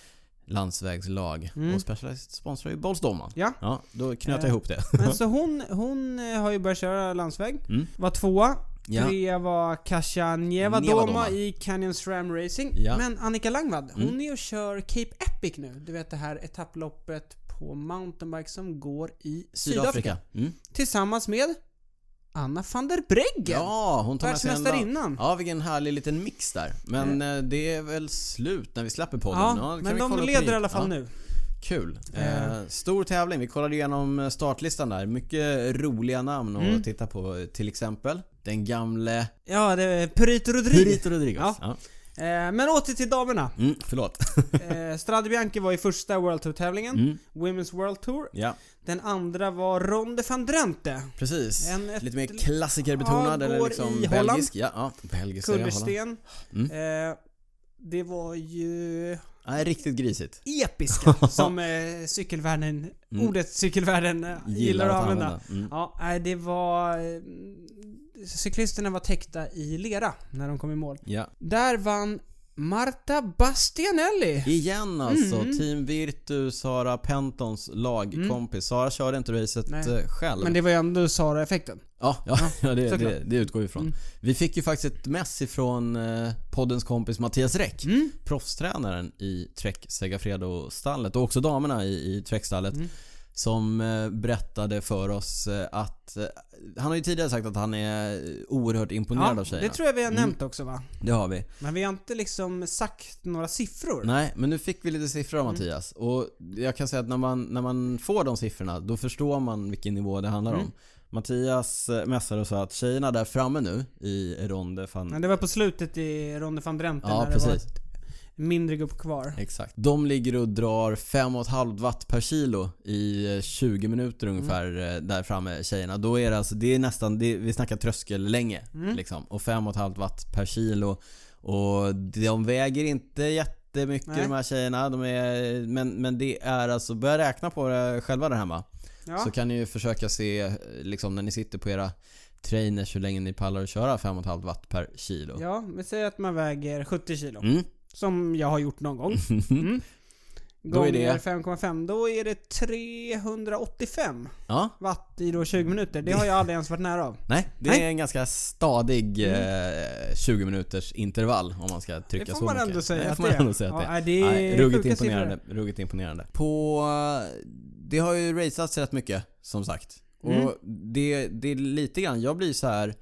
landsvägslag mm. och Specialized sponsrar ju Boels-Dolman. Ja. Ja, då knöt jag eh, ihop det. Men så hon hon har ju börjat köra landsväg. Mm. Var tvåa. Ja. Trea var Kasia Nievadoma i Canyon SRAM Racing. Ja. Men Annika Langvad, hon mm. är och kör Cape Epic nu. Du vet det här etapploppet på mountainbike som går i Sydafrika. Sydafrika. Mm. Tillsammans med Anna van der Breggen. Ja, hon tar med sig innan. Ja, vilken härlig liten mix där. Men mm. det är väl slut när vi släpper podden. Ja, ja men de leder i alla fall ja. nu. Kul. Mm. Eh, stor tävling. Vi kollade igenom startlistan där. Mycket roliga namn mm. att titta på. Till exempel den gamle... Ja, det är Purito Rodriguez. Purito Rodriguez. Ja. Ja. Eh, men åter till damerna. Mm, förlåt. eh, Strade Bianche var i första World Tour-tävlingen. Mm. Women's World Tour. Ja. Den andra var Ronde van Drenthe. Precis. En, ett, lite mer klassikerbetonad ja, eller liksom i belgisk. Ja, ja, belgisk. Kullersten. Mm. Eh, det var ju... Nej, riktigt grisigt. Episka som eh, cykelvärlden mm. ordet cykelvärlden eh, gillar, gillar att använda. använda. Mm. Ja, nej, det var eh, cyklisterna var täckta i lera när de kom i mål. Ja. Där vann Marta Bastianelli. Igen alltså, mm. Team Virtu, Sara Pentons lagkompis. Mm. Sara körde inte racet Nej. själv. Men det var ju ändå Sara-effekten. Ja, ja, ja det, det, det utgår ifrån. Mm. Vi fick ju faktiskt ett mess ifrån eh, poddens kompis Mattias Räck. Mm. Proffstränaren i Trek Segafredo-stallet och också damerna i, i Trek-stallet. Mm. Som eh, berättade för oss eh, att eh, han har ju tidigare sagt att han är oerhört imponerad ja, av tjejerna. Det tror jag vi har nämnt mm. också va? Det har vi. Men vi har inte liksom sagt några siffror. Nej, men nu fick vi lite siffror av mm. Mattias. Och jag kan säga att när man, när man får de siffrorna, då förstår man vilken nivå det handlar mm. om. Mattias mässade och sa att tjejerna där framme nu i Ronde van... Men det var på slutet i Ronde van Drenthe ja, när precis. Det var ett mindre grupp kvar. Exakt. De ligger och drar fem komma fem watt per kilo i tjugo minuter ungefär mm. där framme tjejerna. Då är det alltså, det är nästan, det, vi snackar tröskel länge mm. liksom. Och fem komma fem watt per kilo. Och de väger inte jättemycket Nej. de här tjejerna. De är, men, men det är alltså, börja räkna på det själva där hemma. Ja. Så kan ni ju försöka se liksom när ni sitter på era trainers hur länge ni pallar att köra fem komma fem watt per kilo. Ja, vi säger att man väger sjuttio kilo. Mm. Som jag har gjort någon gång. Mm. Då är det fem komma fem, då är det trehundraåttiofem ja. watt i då tjugo minuter. Det har jag aldrig ens varit nära av. Nej, det Nej. är en ganska stadig mm. eh, tjugo minuters intervall om man ska trycka så mycket. Det får man ändå säga att det är. Ändå säga att ja, det är. Nej, ruggigt imponerande, ruggigt imponerande. På det har ju racats rätt mycket som sagt. Mm. Och det, det är lite grann, jag blir så här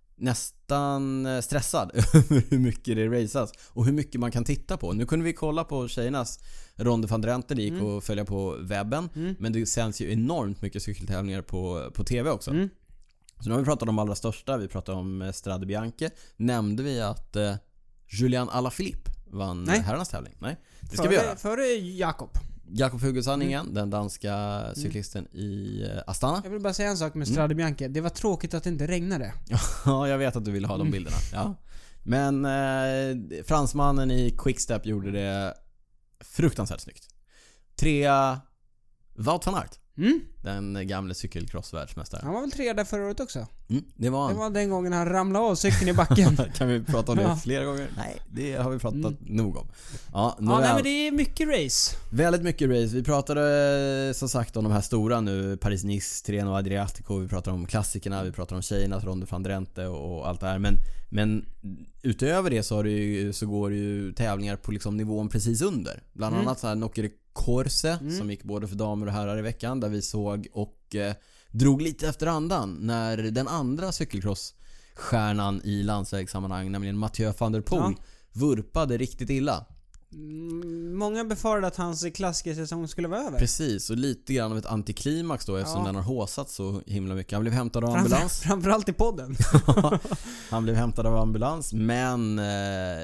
nästan stressad över hur mycket det racas och hur mycket man kan titta på. Nu kunde vi kolla på tjejernas Ronde van Drenthe, det gick mm. och följa på webben, mm. men det sänds ju enormt mycket cykeltävlingar på, på tv också. Mm. Så nu har vi pratat om de allra största, vi pratade om Strade Bianche. Nämnde vi att eh, Julian Alaphilippe vann Nej. herrarnas tävling? Nej, det ska före, vi göra. Före Jakob. Jakob Fuglsang igen, mm. den danska cyklisten mm. i Astana. Jag vill bara säga en sak med Strade Bianche. Det var tråkigt att det inte regnade. Ja, jag vet att du ville ha de bilderna. Ja. Men eh, fransmannen i Quickstep gjorde det fruktansvärt snyggt. Trea Wout van Aert. Mm. Den gamla cykelcrossvärldsmästaren. Han var väl tre där förra året också? Mm, det var han. Det var den gången han ramlade av cykeln i backen. Kan vi prata om det Ja. flera gånger? Nej, det har vi pratat Mm. nog om. Ja, nu Ja, är nej, all- men det är mycket race. Väldigt mycket race. Vi pratade eh, som sagt om de här stora nu, Paris-Nice, Tirreno Adriatico. Vi pratar om klassikerna, vi pratar om tjejernas Ronde van Drenthe och, och allt det här. Men, men utöver det så, har det ju, så går det ju tävlingar på liksom nivån precis under. Bland Mm. annat så här Nocere Corse Mm. som gick både för damer och herrar i veckan, där vi såg och eh, drog lite efter andan när den andra cykelcrossstjärnan i landsvägssammanhang, nämligen Mathieu van der Poel, Ja. vurpade riktigt illa. Mm, Många befarade att hans klassikersäsong skulle vara över. Precis, och lite grann av ett antiklimax då, eftersom Ja. den har håsat så himla mycket. Han blev hämtad av Framför, ambulans. framförallt i podden. Han blev hämtad av ambulans, men eh,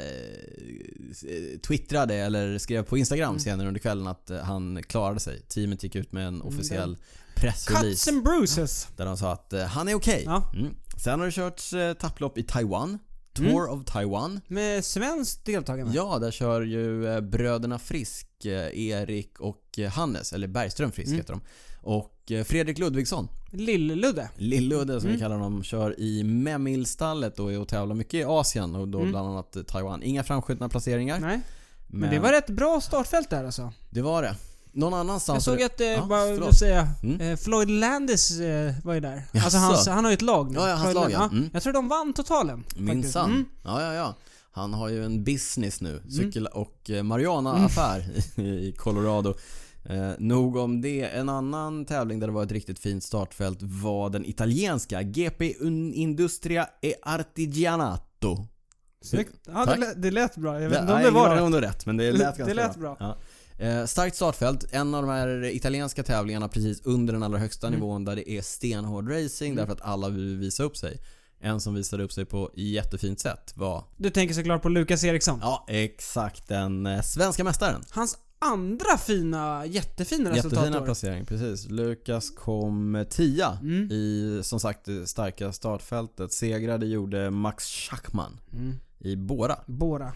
twittrade eller skrev på Instagram Mm. senare under kvällen att eh, han klarade sig. Teamet gick ut med en Mm, officiell Cuts pressrelease and bruises. där de sa att eh, han är okej. Ja. Mm. Sen har det körts eh, tapplopp i Taiwan. Tour Mm. of Taiwan. Med svenskt deltagande. Ja, där kör ju eh, bröderna Frisk, eh, Erik och eh, Hannes, eller Bergström Frisk Mm. heter de. Och eh, Fredrik Ludvigsson, Lill-Ludde. Lilludde som Mm. vi kallar dem, kör i Memil-stallet och är och tävlar mycket i Asien och då Mm. bland annat eh, Taiwan. Inga framskjutna placeringar. Nej, Men, men det var rätt bra startfält där alltså. det var det. Någon annanstans... Jag såg att, eh, Ja, bara förlåt. vill säga, Mm. eh, Floyd Landis eh, var ju där. Jaså? Alltså hans, han har ju ett lag nu. Ja, ja, hans Floyd lag, ja. Landis. Mm. Jag tror de vann totalen. faktiskt. Minsann. Mm. Ja, ja, ja. Han har ju en business nu. Mm. Cykel- och eh, marijuana-affär i Colorado. Eh, nog om det. En annan tävling där det var ett riktigt fint startfält var den italienska G P Industria e Artigianato. Snyggt. Ja, det Tack. lät, det lät bra. Jag vet Det- inte om nej, det var ingen det. aning om det är rätt, men det lät Det ganska lät bra. bra. Ja. Eh, starkt startfält. En av de här italienska tävlingarna precis under den allra högsta Mm. nivån där det är stenhård racing Mm. därför att alla vill visa upp sig. En som visade upp sig på jättefint sätt var... Du tänker såklart på Lukas Eriksson. Ja, exakt. Den eh, svenska mästaren. Hans andra fina, jättefina resultat. Jättefina då. placering, precis. Lukas kom tia Mm. i, som sagt, det starka startfältet. Segrade gjorde Max Schachman Mm. i Bora. Bora.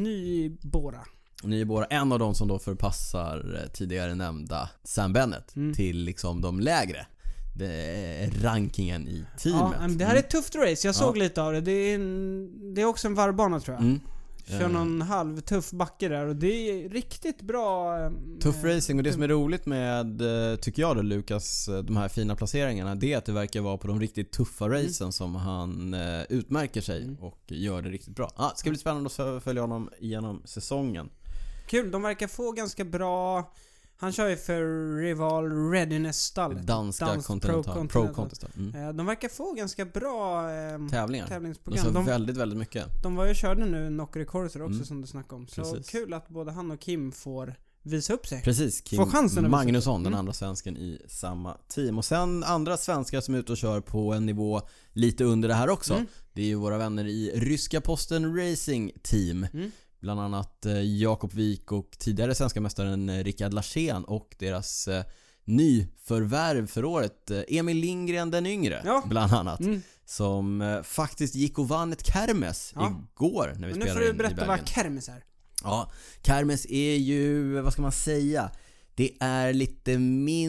Ny Bora. Ny Bora, en av de som då förpassar eh, tidigare nämnda Sam Bennett Mm. till liksom de lägre. Det är rankingen i teamet. Ja, men det här är ett tufft race. Jag såg Ja. lite av det. Det är, en, det är också en varvbana tror jag. Mm. Kör Eh, någon halvtuff backe där och det är riktigt bra. eh, Tuff racing, och det som är tuff- roligt med, eh, tycker jag då, Lukas, eh, de här fina placeringarna, det är att det verkar vara på de riktigt tuffa racen som han eh, utmärker sig Mm. och gör det riktigt bra. Ah, ska bli spännande att fö- följa honom genom säsongen. Kul, de verkar få ganska bra. Han kör ju för Rival Readiness-stallet. Danska Dans- Continental, Pro Pro Continental. Contest. Mm. Eh, De verkar få ganska bra eh, Tävlingar. De tävlingsprogram. kör De, väldigt, väldigt mycket. de var ju körde nu Nocere Corser också Mm. som du snackade om. Så Precis. kul att både han och Kim får visa upp sig. Precis, Kim Får chansen att visa Magnusson, sig. den Mm. andra svensken i samma team. Och sen andra svenskar som är ute och kör på en nivå lite under det här också. Mm. Det är ju våra vänner i Ryska Posten Racing Team. Mm. Bland annat eh, Jakob Wik och tidigare svenska mästaren eh, Rickard Larsén och deras eh, nyförvärv för året, eh, Emil Lindgren den yngre, Ja. bland annat. Mm. Som eh, faktiskt gick och vann ett kermes Ja. igår när vi Men nu får spelade du in i berätta Belgien. vad kermes är. Ja, kermes är ju, vad ska man säga? Det är lite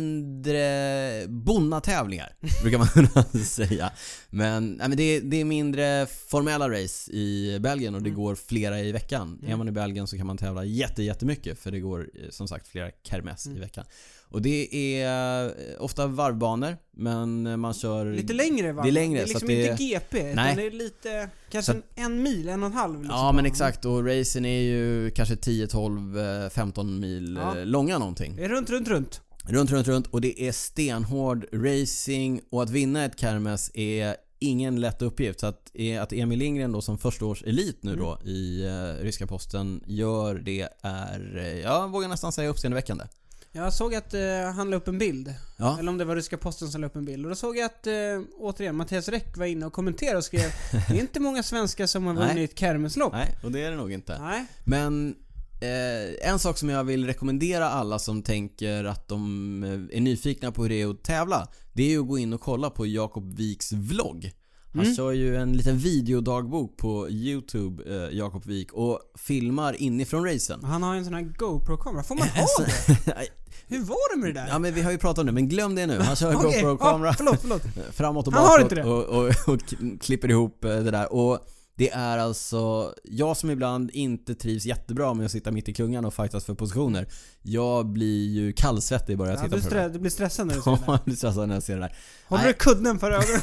mindre bonnatävlingar, brukar man kunna säga. Men, nej, men det, är, det är mindre formella race i Belgien och det Mm. går flera i veckan. Mm. Är man i Belgien så kan man tävla jätte, jättemycket för det går eh, som sagt flera kermes Mm. i veckan. Och det är eh, ofta varvbanor, men man kör... Lite längre va? Det är längre, Det är så liksom att det- inte G P, Nej. utan det är lite, kanske Så en, en mil, en och en halv liksom. Ja men exakt, och racen är ju kanske tio, tolv, femton mil Ja. eh, långa någonting. Det är runt, runt, runt. Runt, runt, runt, och det är stenhård racing, och att vinna ett kermes är ingen lätt uppgift. Så att, att Emil Lindgren då som första års elit nu då i eh, Ryska Posten gör det är, eh, jag vågar nästan säga uppseendeväckande. Jag såg att eh, han la upp en bild. Ja. Eller om det var Ryska Posten som la upp en bild. Och då såg jag att, eh, återigen, Mattias Räck var inne och kommenterade och skrev det är inte många svenskar som har Nej. vunnit kermeslopp. Nej, och det är det nog inte. Nej. Men eh, en sak som jag vill rekommendera alla som tänker att de eh, är nyfikna på hur det är att tävla, det är ju att gå in och kolla på Jakob Wiks vlogg. Han Mm. kör ju en liten videodagbok på YouTube, eh, Jakob Wik, och filmar inifrån racen. Han har ju en sån här GoPro-kamera. Får man ha det? Hur var det med det där? Ja, men vi har ju pratat om det, men glöm det nu. Han kör Okej, GoPro-kamera ja, förlåt, förlåt. framåt och Han har bakåt inte det. och, och, och klipper ihop eh, det där. Och det är alltså, jag som ibland inte trivs jättebra med att sitta mitt i klungan och fightas för positioner. Jag blir ju kallsvettig bara jag Ja, tittar du, på det. strä, du blir stressad när du ser Ja, det där. jag blir stressad när jag ser det där. Håller Nej. du kudden för ögonen?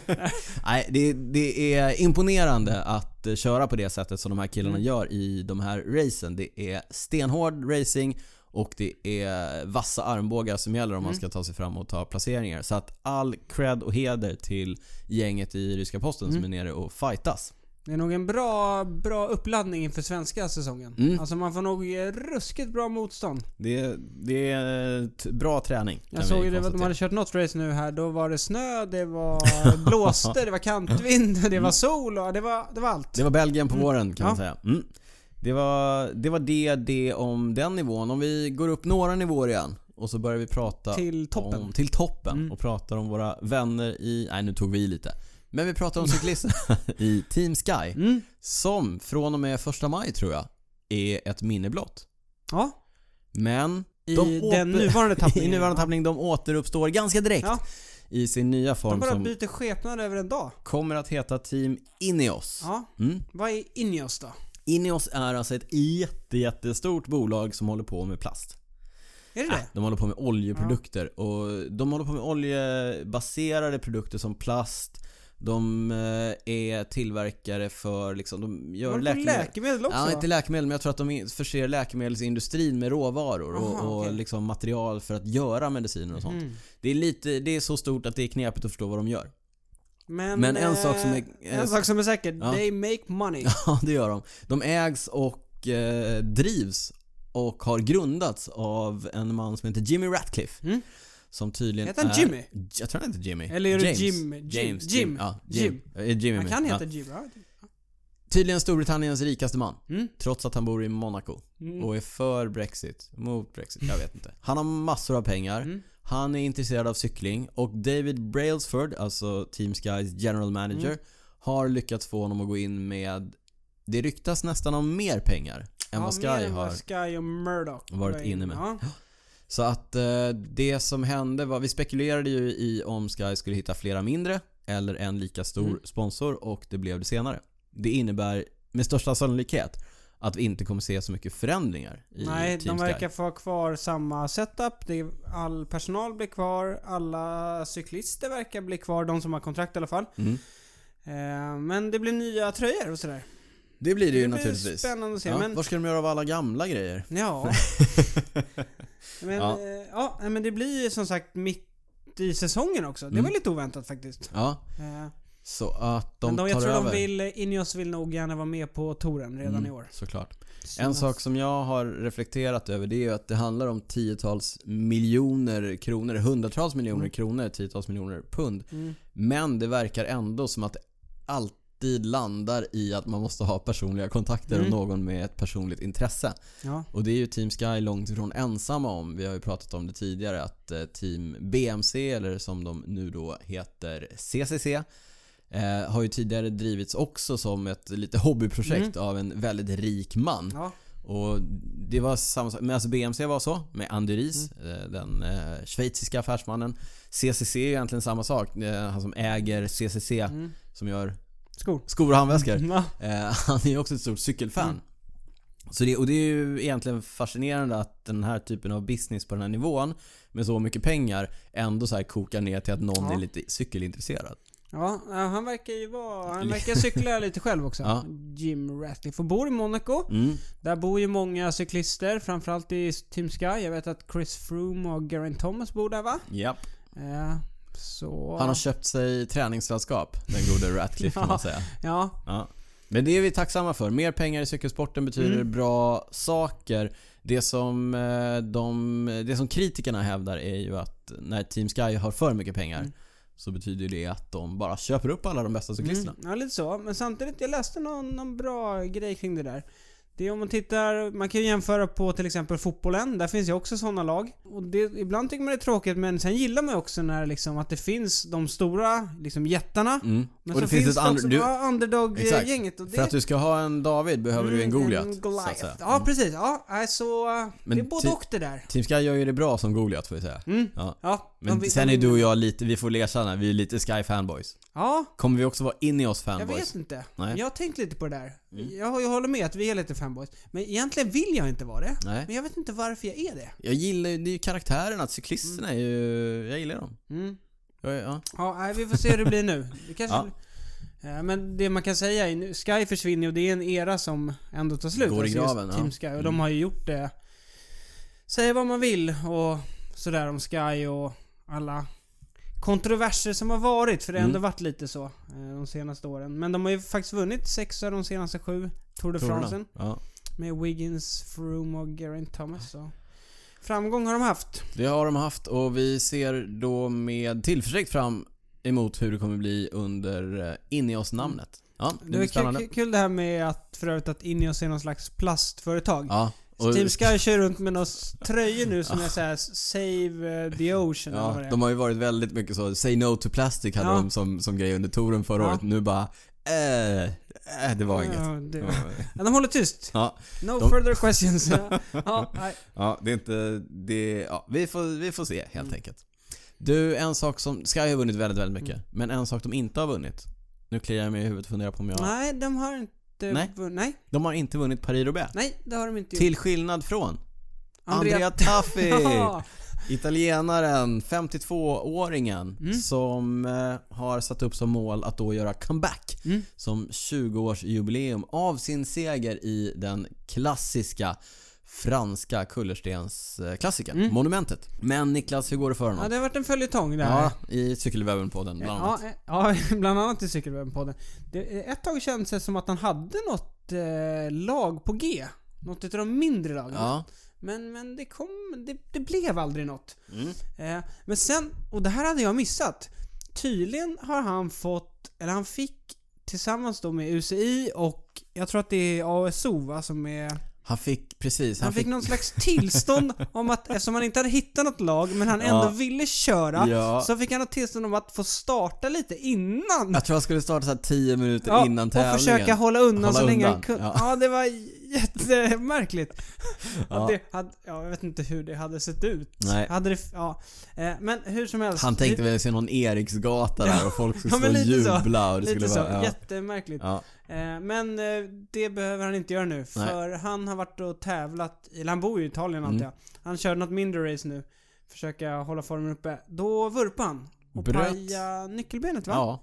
Nej, det, det är imponerande att eh, köra på det sättet som de här killarna Mm. gör i de här racen. Det är stenhård racing och det är vassa armbågar som gäller om man Mm. ska ta sig fram och ta placeringar. Så att all cred och heder till gänget i Ryska Posten Mm. som är nere och fightas. Det är nog en bra, bra uppladdning inför svenska säsongen. Mm. Alltså man får nog eh, ruskigt bra motstånd. Det, det är t- bra träning. kan Jag vi såg ju det, att de konstatera. hade kört något race nu här. Då var det snö, det var blåste, det var kantvind, det var sol och det var, det var allt. Det var Belgien på Mm. våren kan Ja. man säga. Mm. Det var det, var det, det om den nivån. Om vi går upp några nivåer igen och så börjar vi prata Till toppen. Om, till toppen Mm. och pratar om våra vänner i... Nej, nu tog vi i lite. Men vi pratar om cyklisterna i Team Sky. Mm. Som från och med första maj tror jag är ett minne blott. Ja, Men i de den åter- nuvarande tappningen. i nuvarande tappning, de återuppstår ganska direkt Ja. i sin nya De form bara som byter skepnad över en dag. kommer att heta Team Ineos. Ja, Mm. vad är Ineos då? Ineos är alltså ett jätte, jättestort bolag som håller på med plast. Är det Nej, det? de håller på med oljeprodukter och de håller på med oljebaserade produkter som plast. De eh, är tillverkare för liksom, de gör Var det på läkemedel. läkemedel också? Ja, inte läkemedel, men jag tror att de förser läkemedelsindustrin med råvaror och, Aha, och okej. liksom material för att göra mediciner och sånt. Mhm. Det är lite, det är så stort att det är knepigt att förstå vad de gör. Men, Men en eh, sak som är- En sak som är säker, Ja. they make money. Ja, det gör de. De ägs och eh, drivs och har grundats av en man som heter Jimmy Ratcliffe. Mm. Som tydligen Heter han är... Jimmy? Jag tror han heter Jimmy. Eller är det James. Jim? Jim? James. Jim? Ja, Jim. Jim. Är Jimmy Han med? kan Ja. heta Jim. Ja. Tydligen Storbritanniens rikaste man. Mm. Trots att han bor i Monaco. Mm. Och är för Brexit. Mot Brexit, jag vet inte. Han har massor av pengar. Mm. Han är intresserad av cykling. Och David Brailsford, alltså Team Skys general manager, Mm. har lyckats få honom att gå in med... Det ryktas nästan om mer pengar än vad Sky mer än har vad Sky och Murdoch varit var inne med. Ja. Så att eh, det som hände var, vi spekulerade ju i om Sky skulle hitta flera mindre eller en lika stor Mm. sponsor, och det blev det senare. Det innebär med största sannolikhet att vi inte kommer se så mycket förändringar i Nej, Team de Sky. verkar få ha kvar samma setup. Det är, all personal blir kvar. Alla cyklister verkar bli kvar. De som har kontrakt i alla fall. Mm. Eh, men det blir nya tröjor och sådär. Det blir det ju blir naturligtvis. spännande att se. Ja, men, vad ska de göra av alla gamla grejer? ja. men, Ja. ja. ja, nej, men det blir ju som sagt mitt i säsongen också. Det Mm. var lite oväntat faktiskt. Ja, Eh, så att de men de, tar jag tror över. de vill, Ineos vill nog gärna vara med på touren redan Mm, i år. såklart. Så En att- sak som jag har reflekterat över, det är ju att det handlar om tiotals miljoner kronor, hundratals miljoner Mm. kronor, tiotals miljoner pund. Mm. Men det verkar ändå som att det alltid landar i att man måste ha personliga kontakter Mm. och någon med ett personligt intresse. Ja. Och det är ju Team Sky långt ifrån ensamma om. Vi har ju pratat om det tidigare att eh, Team B M C, eller som de nu då heter C C C, eh, har ju tidigare drivits också som ett lite hobbyprojekt Mm. av en väldigt rik man. Ja. Och det var samma sak, men alltså B M C var så med Andy Ries, Mm. den eh, schweiziska affärsmannen. C C C är egentligen samma sak, eh, han som äger C C C, Mm. som gör Skor. skor och handväskor. Ja. Eh, han är ju också ett stort cykelfan. Mm. Så det, och det är ju egentligen fascinerande att den här typen av business på den här nivån med så mycket pengar ändå så här kokar ner till att någon Ja. är lite cykelintresserad. Ja, ja, han verkar ju vara... Han verkar cykla lite själv också. Ja. Jim Ratcliffe. Och bor i Monaco. Mm. Där bor ju många cyklister, framförallt i Team Sky. Jag vet att Chris Froome och Geraint Thomas bor där, va? Japp. Eh, så... Han har köpt sig träningssällskap, den gode Ratcliffe kan man säga. Ja. Ja. Men det är vi tacksamma för. Mer pengar i cykelsporten betyder Mm. bra saker. Det som, eh, de, det som kritikerna hävdar är ju att när Team Sky har för mycket pengar Mm. så betyder det att de bara köper upp alla de bästa cyklisterna. Mm, ja, lite så. Men samtidigt, jag läste någon, någon bra grej kring det där. Det är om man tittar, man kan ju jämföra på till exempel fotbollen. Där finns ju också sådana lag. Och det, ibland tycker man det är tråkigt, men sen gillar man ju också när liksom att det finns de stora liksom jättarna. Mm. Men Och så det finns finns ett det and- också du- ja, underdog-gänget. Och det... För att du ska ha en David behöver du en Goliath. Mm, så Goliath. att säga. Ja, precis. Ja, alltså, Men det är både ty- och det där. Team Sky gör ju det bra som Goliath får vi säga. Mm. Ja. Ja, Men de- sen de- är du och jag lite, vi får erkänna, vi är lite Sky fanboys. Ja, Kommer vi också vara inne i oss jag fanboys? vet inte. Nej. Jag har tänkt lite på det där. Mm. Jag, jag håller med att vi är lite fanboys. Men egentligen vill jag inte vara det. Nej. Men jag vet inte varför jag är det. Jag gillar ju, det är ju karaktärerna, att cyklisterna är ju, jag gillar dem. Mm. Ja, ja. Ja, nej, vi får se hur det blir nu. Det kanske Ja. blir... Ja, men det man kan säga är nu, Sky försvinner och det är en era som ändå tar slut. Går i alltså just graven, ja. Team Sky. Och Mm. de har ju gjort det. Säga vad man vill och sådär om Sky och alla kontroverser som har varit. För det har ändå Mm. varit lite så eh, de senaste åren. Men de har ju faktiskt vunnit sex av de senaste sju Tour de Tourerna. France. Ja. Med Wiggins, Froome och Geraint Thomas. Så. Framgång har de haft. Det har de haft och vi ser då med tillförsikt fram emot hur det kommer bli under uh, Ineos-namnet. Ja, det Det blir är spännande. kul, kul det här med att för övrigt att Ineos är någon slags plastföretag. Ja, och, Team Sky kör runt med några tröjor nu som är såhär Save uh, the Ocean eller vad ja, det är. de har ju varit väldigt mycket så, Say No to Plastic hade Ja. de som, som grej under touren förra Ja. året. Nu bara, äh, äh det var inget. Ja, det, ja, de håller tyst. Ja, No De- further questions. Ja, ja, nej. ja, det är inte, det, ja, vi får, vi får se helt Mm. enkelt. Du, en sak som, Sky har vunnit väldigt, väldigt mycket. Mm. Men en sak de inte har vunnit. Nu kliar jag mig i huvudet och funderar på om jag... nej, de har inte Nej. vunnit. Nej, De har inte vunnit Paris-Roubaix. nej, det har de inte gjort. Till skillnad från Andrea- Andrea Taffi, Ja. italienaren, femtiotvååringen Mm. som eh, har satt upp som mål att då göra comeback Mm. som tjugoårsjubileum av sin seger i den klassiska franska kullerstensklassiken, Mm. Monumentet. Men Niklas, hur går det för honom? Ja, det har varit en följetong där. Ja, i Cykelwebben-podden bland annat. Ja, ja, bland annat i Cykelwebben-podden. Det, ett tag kändes det som att han hade något eh, lag på G. Något av de mindre lagen. Ja. Men, men det kom, det, det blev aldrig något. Mm. Eh, men sen, och det här hade jag missat. Tydligen har han fått, eller han fick tillsammans då med U C I och jag tror att det är A S O va, som är... Han fick, precis. Han, Han, fick, någon slags tillstånd om att, eftersom han inte hade hittat något lag men han ändå Ja. ville köra, Ja. så fick han ett tillstånd om att få starta lite innan. Jag tror han skulle starta så här tio minuter Ja, innan och tävlingen. försöka hålla undan Hålla så länge undan, han kunde. ja. Ja. Det var jättemärkligt. Ja. Ja. Det hade, ja, jag vet inte hur det hade sett ut. Nej. Hade det, ja. Eh, Men hur som helst. Han tänkte väl se någon Eriksgata där och folk skulle Ja, men stå och lite så. jubla och det Lite skulle så, vara... Ja. jättemärkligt. Ja. Eh, Men eh, det behöver han inte göra nu. För han har varit och tävlat, eller han bor ju i Italien Mm. antar jag. Han körde något mindre race nu. Försöka hålla formen uppe. Då vurpade han. Och Bröt. pajade nyckelbenet va? Ja.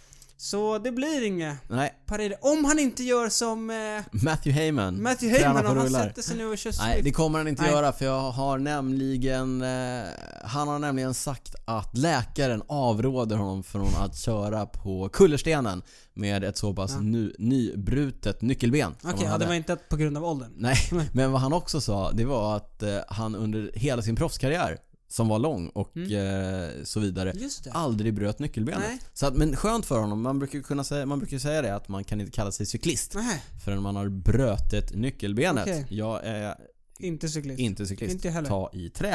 Så det blir inget Nej. parade. Om han inte gör som eh, Matthew Heyman. Matthew Tränar Heyman, på om han rullar. sätter sig nu och kör Nej, Swift. det kommer han inte Nej. göra för jag har nämligen eh, han har nämligen sagt att läkaren avråder honom från att köra på kullerstenen med ett så pass Ja. ny, nybrutet nyckelben som Okej, han ja, hade. det var inte på grund av åldern. Nej, men vad han också sa det var att eh, han under hela sin proffskarriär som var lång och eh, så vidare Just det. aldrig bröt nyckelbenet. Nej. Så att, men skönt för honom. Man brukar ju kunna säga, man brukar ju säga det att man kan inte kalla sig cyklist Nej, förrän man har brötet nyckelbenet. Okej. Jag är inte cyklist. inte cyklist. Inte jag heller. Ta i trä.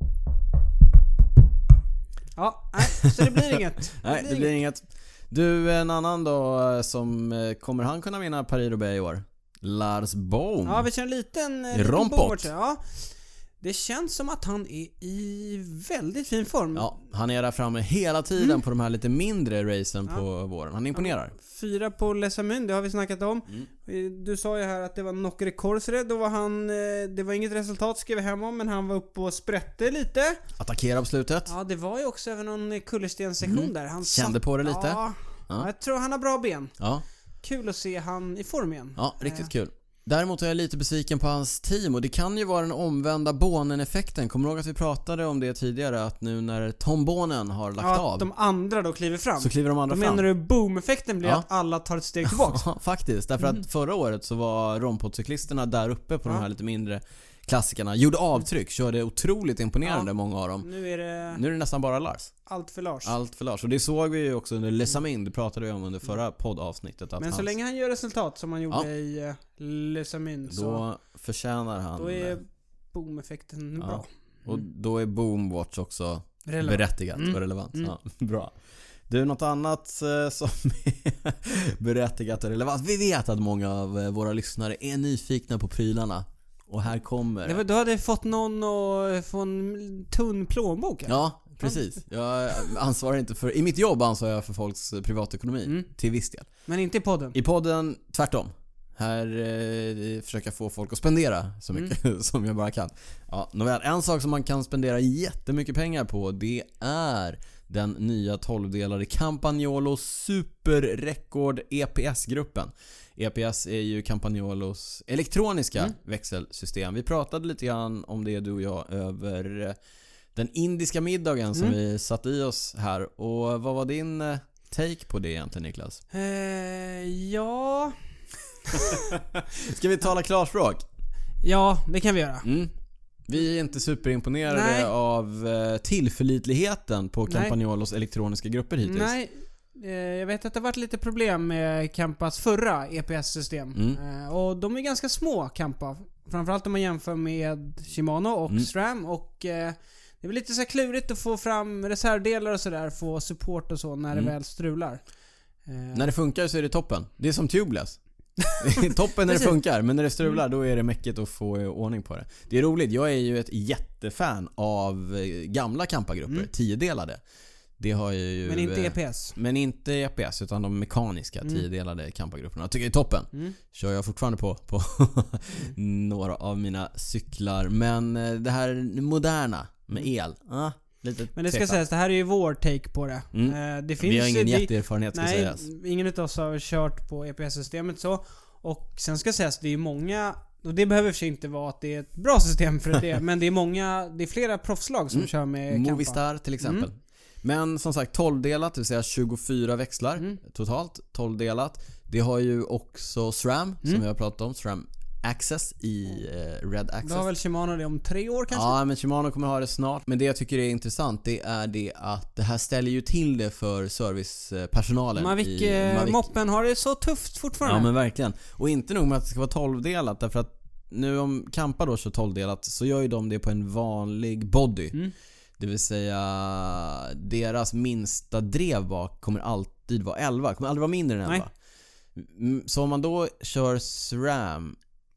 Ja, nej, så det blir inget. Nej, det blir inget. Du, en annan då som eh, kommer han kunna vinna Paris-Roubaix i år? Lars Bohm. Ja, vi kör en liten... eh, liten Rompot. boom också. Ja. Det känns som att han är i väldigt fin form. Ja, han är där framme hela tiden Mm. på de här lite mindre racen Ja. på våren. Han imponerar. Fyra på Les Amis, det har vi snackat om. Mm. Du sa ju här att det var Nockere Korsere. Då var han... eh, Det var inget resultat skrev jag hem om, men han var uppe och sprätte lite. Attackerar på slutet. Ja, det var ju också även någon kullerstenssektion Mm. där. Han Kände satt- på det lite. Ja, Ja. jag tror han har bra ben. Ja, Kul att se han i form igen. ja riktigt Eh, kul. Däremot är jag lite besviken på hans team och det kan ju vara den omvända Bonen-effekten. Kommer du ihåg att vi pratade om det tidigare? Att nu när Tom Bonen har lagt Ja, av att de andra då kliver fram. så kliver de andra Då fram. menar du boom-effekten blir Ja. att alla tar ett steg tillbaks? Ja, faktiskt. Därför Mm. att förra året så var rompotcyklisterna där uppe på Ja. de här lite mindre klassikerna. Gjorde avtryck, körde otroligt imponerande Ja. många av dem. Nu är det Nu är det nästan bara Lars. allt för Lars. Allt för Lars. Och det såg vi ju också under Les Amis. Det pratade vi om under förra poddavsnittet. Att Men så hans- länge han gör resultat som han gjorde Ja. i uh, Les Amis så Då förtjänar han... då är eh, boom-effekten Ja. bra. Och då är Boomwatch också Relevant. berättigat Mm. och relevant. Mm. Ja, bra. Du, något annat eh, som är berättigat och relevant. Vi vet att många av eh, våra lyssnare är nyfikna på prylarna. Och här kommer... Det var, du hade fått någon att få en tunn plånbok här. Ja, precis. Jag ansvarar inte för... I mitt jobb ansvarar jag för folks privatekonomi. Mm. Till viss del. Men inte i podden. I podden, tvärtom. Här eh, försöker jag få folk att spendera så mycket mm. som jag bara kan. Ja, nåväl, en sak som man kan spendera jättemycket pengar på, det är den nya tolvdelade Campagnolo Superrekord E P S-gruppen. E P S är ju Campagnolos elektroniska mm. växelsystem. Vi pratade lite grann om det, du och jag, över den indiska middagen som mm. vi satt i oss här. Och vad var din take på det egentligen, Niklas? Eh, ja... Ska vi tala klarspråk? Ja, det kan vi göra. Mm. Vi är inte superimponerade Nej. av tillförlitligheten på Campagnolos elektroniska grupper hittills. Nej, jag vet att det har varit lite problem med Campas förra E P S-system. Mm. Och de är ganska små, Campa. Framförallt om man jämför med Shimano och mm. SRAM. Och det är väl lite så här klurigt att få fram reservdelar och sådär, få support och så när mm. det väl strular. När det funkar så är det toppen. Det är som tubeless. Toppen när det funkar, men när det strular då är det mäckigt att få ordning på det. Det är roligt, jag är ju ett jättefan av gamla kampagrupper, mm. tiodelade. Det har ju, men inte E P S. Men inte E P S utan de mekaniska mm. tiodelade kampagrupperna. Jag tycker det är toppen. Mm. Kör jag fortfarande på på några av mina cyklar. Men det här moderna med el, ah, lite men det ska sägas, det här är ju vår take på det. Mm. det finns Vi har ingen det, jätteerfarenhet ska nej, sägas. Ingen av oss har kört på E P S-systemet så. Och sen ska sägas, det är många, och det behöver för sig inte vara att det är ett bra system för det, men det är många, det är flera proffslag som mm. kör med Campa. Movistar till exempel. Mm. Men som sagt tolv-delat, det vill säga tjugofyra växlar mm. totalt, tolv-delat. Det har ju också SRAM som mm. vi har pratat om, SRAM Access i eh, Red Access. Då har väl Shimano det om tre år kanske? Ja, men Shimano kommer ha det snart. Men det jag tycker är intressant, det är det att det här ställer ju till det för servicepersonalen. Mavic, i Mavic. Moppen har det så tufft fortfarande. Ja, men verkligen. Och inte nog med att det ska vara tolv-delat, därför att nu om Campa då kör tolv-delat så gör ju de det på en vanlig body. Mm. Det vill säga deras minsta drev bak kommer alltid vara elva, kommer aldrig vara mindre än elva. Nej. Så om man då kör SRAM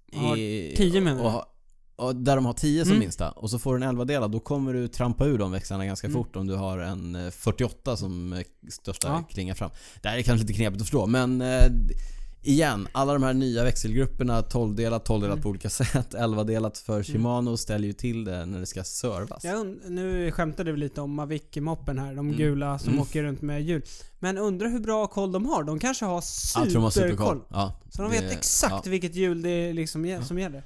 i, tio menar och, och, och där de har tio som mm. minsta och så får du en elva delad, då kommer du trampa ur de växlarna ganska mm. fort om du har en fyrtioåtta som största ja. klingar fram. Det här är kanske lite knepigt att förstå, men eh, igen, alla de här nya växelgrupperna, tolv-delat, tolv-delat mm. på olika sätt, elva-delat för Shimano mm. ställer ju till det när det ska servas. Ja, nu skämtade vi lite om Mavic-moppen här, de gula som mm. åker runt med hjul. Men undrar hur bra koll de har. De kanske har superkoll. Ja, så de vet det, exakt ja. vilket hjul det är liksom ja. som gäller.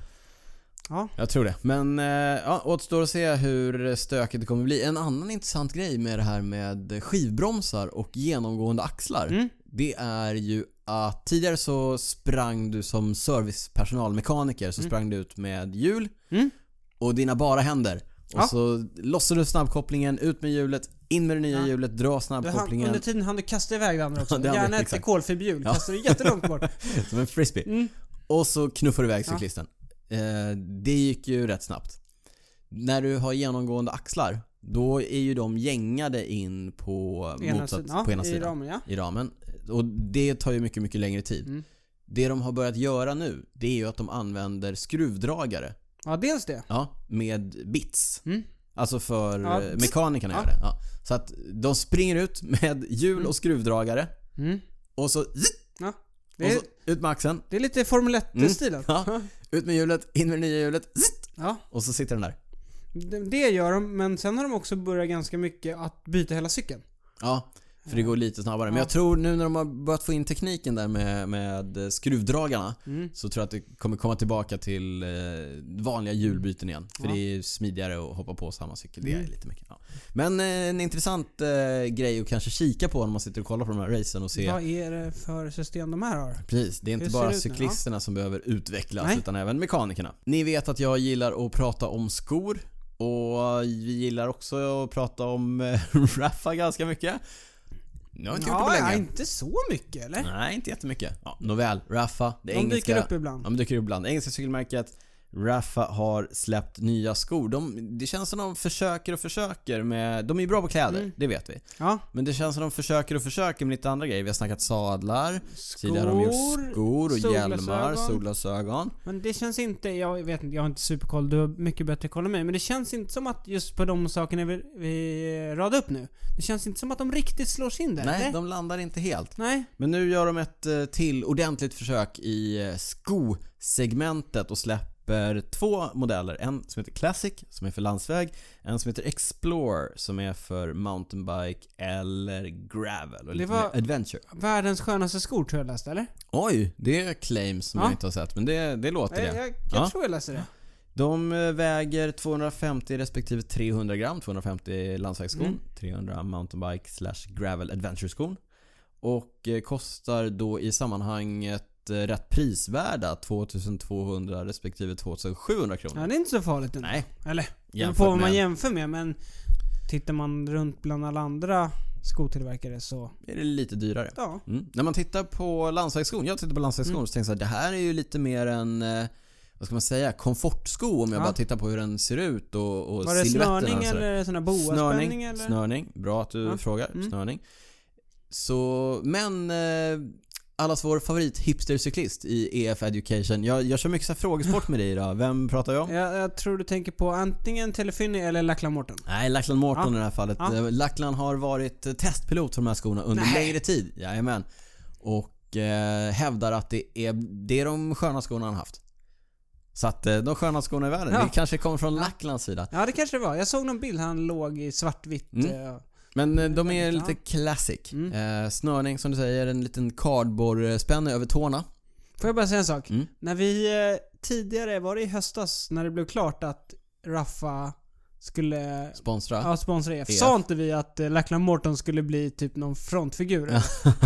Ja. Jag tror det. Men ja, återstår att se hur stökigt det kommer bli. En annan intressant grej med det här med skivbromsar och genomgående axlar, mm. det är ju att tidigare så sprang du som servicepersonal, mekaniker, så mm. sprang du ut med hjul mm. och dina bara händer. Och ja. så lossade du snabbkopplingen, ut med hjulet, in med det nya ja. hjulet, dra snabbkopplingen. Under tiden hann du kasta iväg det andra också. Ja, gärna ett kolfiberhjul, ja. kastar du jättelångt bort. Som en frisbee. Mm. Och så knuffar du iväg cyklisten. Ja. Eh, det gick ju rätt snabbt. När du har genomgående axlar, då är ju de gängade in på, ena motsatt, sidan. Ja, på ena i sidan. Ramen, ja. I ramen. Och det tar ju mycket, mycket längre tid. Mm. Det de har börjat göra nu, det är ju att de använder skruvdragare. Ja, dels det. Ja, med bits. Mm. Alltså för ja. mekanikerna ja. gör det. Ja. Så att de springer ut med hjul mm. och skruvdragare. Mm. Och så... Ja. Det är, och så ut med axeln. Det är lite Formel ett-stilen. Mm. Ja. Ut med hjulet, in med det nya hjulet. Ja. Och så sitter den där. Det, det gör de, men sen har de också börjat ganska mycket att byta hela cykeln. Ja. För det går lite snabbare. Men jag tror nu när de har börjat få in tekniken där med, med skruvdragarna mm. så tror jag att det kommer komma tillbaka till eh, vanliga hjulbyten igen. För ja. det är smidigare att hoppa på samma cykel. Det är mm. lite mycket. Ja. Men eh, en intressant eh, grej att kanske kika på när man sitter och kollar på de här racen och se. Vad är det för system de här har? Precis, det är inte bara cyklisterna ja. som behöver utvecklas Nej. utan även mekanikerna. Ni vet att jag gillar att prata om skor. Och vi gillar också att prata om eh, Rapha ganska mycket. Jag har inte ja, gjort det på länge. Ja, inte så mycket, eller? Nej, inte jättemycket. Ja, nåväl, Rapha, det de engelska... dyker upp ibland. De dyker upp ibland. Det engelska cykelmärket, Rapha har släppt nya skor. De, det känns som de försöker och försöker med... De är ju bra på kläder, mm. det vet vi. Ja. Men det känns som de försöker och försöker med lite andra grejer. Vi har snackat sadlar, skor, tidigare har de gjort skor och hjälmar, solglasögon. Men det känns inte, jag vet inte, jag har inte superkoll, du har mycket bättre koll än mig. Men det känns inte som att just på de sakerna vi, vi radar upp nu, det känns inte som att de riktigt slår sin där. Nej, eller? de landar inte helt. Nej. Men nu gör de ett till ordentligt försök i skosegmentet och släpper två modeller. En som heter Classic, som är för landsväg. En som heter Explorer, som är för mountainbike eller gravel och lite mer adventure. Världens skönaste skor tror jag läste, eller? Oj, det är claims som ja. jag inte har sett. Men det, det låter jag, det. Jag, jag ja. tror jag läste det. De väger tvåhundrafemtio respektive trehundra gram. tvåhundrafemtio landsvägsskon, mm. trehundra mountainbike slash gravel adventure skon. Och kostar då i sammanhanget rätt prisvärda tvåtusentvåhundra respektive tvåtusensjuhundra kronor. Ja, det är inte så farligt ändå. Nej. Eller, det får vad man jämför med, men tittar man runt bland alla andra skotillverkare så är det lite dyrare. Ja. Mm. När man tittar på landsvägsskon, jag tittar på landsvägsskon mm. så tänker jag så här, det här är ju lite mer en, vad ska man säga, komfortsko om jag ja. bara tittar på hur den ser ut och, och var det snörning eller sån här boaspänning? Snörning, eller? snörning, bra att du ja. frågar, mm. snörning. Så, men allas vår favorit hipstercyklist i E F Education. Jag, jag kör mycket så här frågesport med dig idag. Vem pratar jag om? Jag, jag tror du tänker på antingen Telefinny eller Lachlan Morton. Nej, Lachlan Morton ja. i det här fallet. Ja. Lachlan har varit testpilot för de här skorna under Nej. längre tid. Jajamän. Och eh, hävdar att det är, det är de sköna skorna han haft. Så att eh, de sköna skorna i världen, ja. det kanske kommer från ja. Lachlans sida. Ja, det kanske det var. Jag såg någon bild, han låg i svartvitt. Mm. Eh, Men de är lite classic. Mm. Eh, snörning som du säger, en liten cardboard-spänne över tårna. Får jag bara säga en sak? Mm. När vi eh, tidigare, var det i höstas, när det blev klart att Rapha skulle sponsra, ja, sponsra E F. Sa inte vi att eh, Lachlan Morton skulle bli typ någon frontfigur?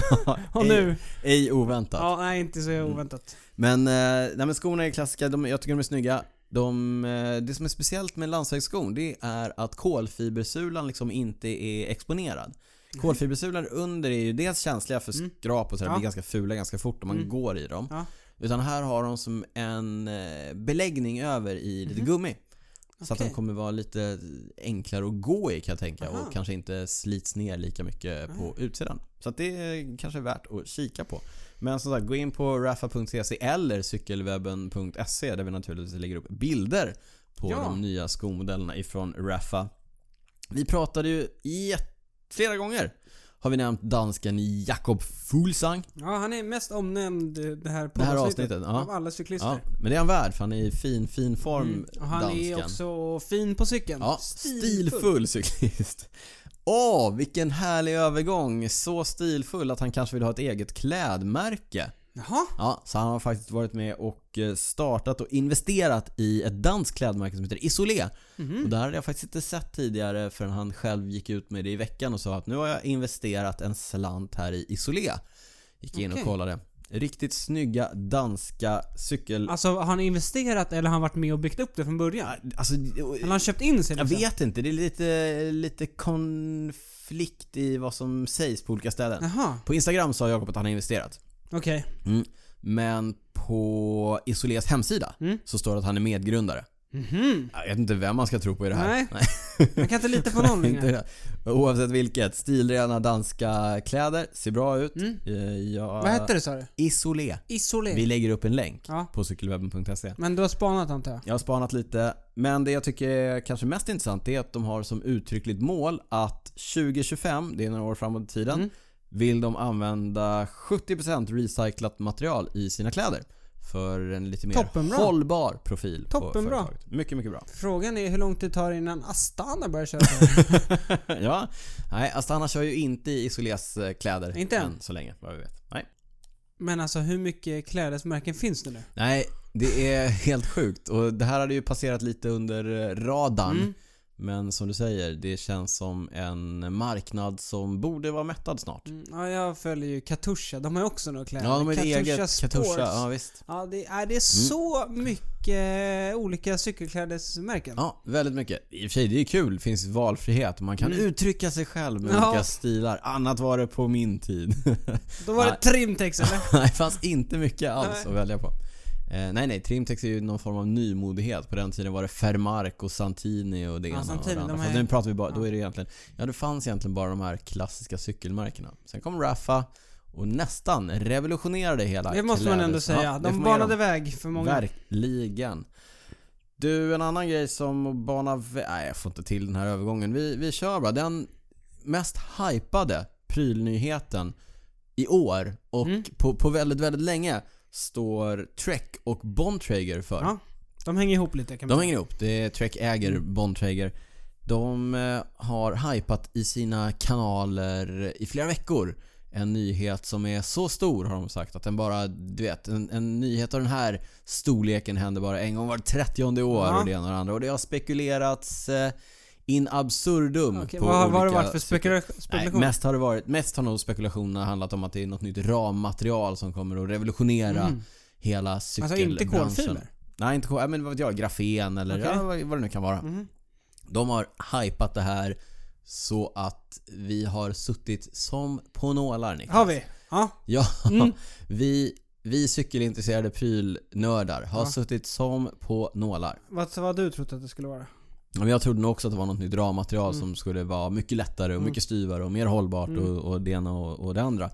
Och nu... Ej, ej oväntat. Ja, nej, inte så oväntat. Mm. Men, eh, nej, men skorna är klassiska, de, jag tycker de är snygga. De, det som är speciellt med landsvägsskon, det är att kolfibersulan liksom inte är exponerad. Mm. Kolfibersulan under är ju dels känsliga för skrap och så där, ja. blir ganska fula ganska fort om man mm. går i dem. Ja. Utan här har de som en beläggning över i lite mm. gummi. Så okay. att de kommer vara lite enklare att gå i, kan jag tänka. Aha. Och kanske inte slits ner lika mycket Aha. på utsidan. Så att det är kanske värt att kika på. Men som sagt, gå in på rapha punkt se eller cykelwebben punkt se där vi naturligtvis lägger upp bilder på ja. de nya skomodellerna ifrån Rapha. Vi pratade ju i flera gånger har vi nämnt dansken Jakob Fuglsang. Ja, han är mest omnämnd det här på det här avsnittet ja. av alla cyklister. Ja, men det är han värd, för han är i fin, fin form. Mm. Och han dansken. är också fin på cykeln. Ja, stilfull, stilfull cyklist. Åh, vilken härlig övergång. Så stilfull att han kanske vill ha ett eget klädmärke. Jaha. Ja, så han har faktiskt varit med och startat och investerat i ett danskt klädmärke som heter Isolé. Mm-hmm. Och där hade jag faktiskt inte sett tidigare förrän han själv gick ut med det i veckan och sa att nu har jag investerat en slant här i Isolé. Gick in okay. och kollade. Riktigt snygga danska cykel... Alltså har han investerat eller har han varit med och byggt upp det från början? Alltså, eller har han köpt in sig? Jag liksom? vet inte, det är lite, lite konflikt i vad som sägs på olika ställen. Aha. På Instagram sa Jakob att han har investerat. Okej. Okay. Mm. Men på Isolés hemsida mm. så står det att han är medgrundare. Mm-hmm. Jag vet inte vem man ska tro på i det här. Nej, Nej. Man kan inte lita på någon längre. Oavsett vilket, stilrena danska kläder, ser bra ut. Mm. Jag... Vad heter det, sa du? Isolé. Isolé. Vi lägger upp en länk ja. på cykelwebben punkt se. Men du har spanat, antar jag? Jag har spanat lite. Men det jag tycker är kanske mest intressant är att de har som uttryckligt mål att tjugo tjugofem, det är några år framåt i tiden, mm. vill de använda sjuttio procent recyclat material i sina kläder. För en lite mer Toppenbra. hållbar profil Toppenbra. på företaget. Mycket, mycket bra. Frågan är hur långt det tar innan Astana börjar köra. Ja, nej, Astana kör ju inte i Isolés kläder. Inte än. Så länge, vad vi vet. Nej. Men alltså, hur mycket klädesmärken finns det nu? Nej, det är helt sjukt. Och det här hade ju passerat lite under radarn. Mm. Men som du säger, det känns som en marknad som borde vara mättad snart. Mm, ja, jag följer ju Katusha. De har ju också några kläder. Ja, de har ett eget Katusha. Ja, visst. Ja, det är, det är så mm. mycket olika cykelklädesmärken. Ja, väldigt mycket. I och för sig, det är kul. Det finns valfrihet. Man kan mm. uttrycka sig själv med ja. olika stilar. Annat var det på min tid. Då var det trimtex, eller? Nej, det fanns inte mycket alls Nej. att välja på. Eh, nej nej, Trimtex är ju någon form av nymodighet. På den tiden var det Fermark och Santini och det Ja, ena Santini, och det andra. de Fast här- nu pratar vi bara, ja. då är det egentligen, ja det fanns egentligen bara de här klassiska cykelmärkena. Sen kom Rapha och nästan revolutionerade hela Det måste man ändå klädes- säga. Ja, det får De man ge banade dem. väg för många. Verkligen. Du, en annan grej som bana vä- nej jag får inte till den här övergången. Vi, vi kör bara den mest hypade prylnyheten i år och Mm. på, på väldigt, väldigt länge står Trek och Bontrager för. Ja, de hänger ihop lite kan man De säga. hänger ihop. Det är Trek äger Mm. Bontrager. De eh, har hypat i sina kanaler i flera veckor. En nyhet som är så stor har de sagt att den bara, du vet, en, en nyhet av den här storleken händer bara en gång var trettionde år Ja. och det ena och det andra. Och det har spekulerats eh, in absurdum. Okej, på vad har vad har det olika varit för cykler. spekula- Nej, spekulation? mest har det varit, mest har nog spekulationerna handlat om att det är något nytt rammaterial som kommer att revolutionera Mm. hela cykelbranschen. Alltså inte kolfiber? Nej, inte kol, men vad vet jag, grafen eller Okej. ja, vad, vad det nu kan vara. Mhm. De har hypat det här så att vi har suttit som på nålar, Niklas. Har vi? Ja. Ja, Mm. vi, vi cykelintresserade prylnördar har Ja. suttit som på nålar. Vad vad har du trott att det skulle vara? Men jag trodde nog också att det var något nytt rammaterial Mm. som skulle vara mycket lättare och Mm. mycket styvare och mer hållbart Mm. och, och det ena och, och det andra.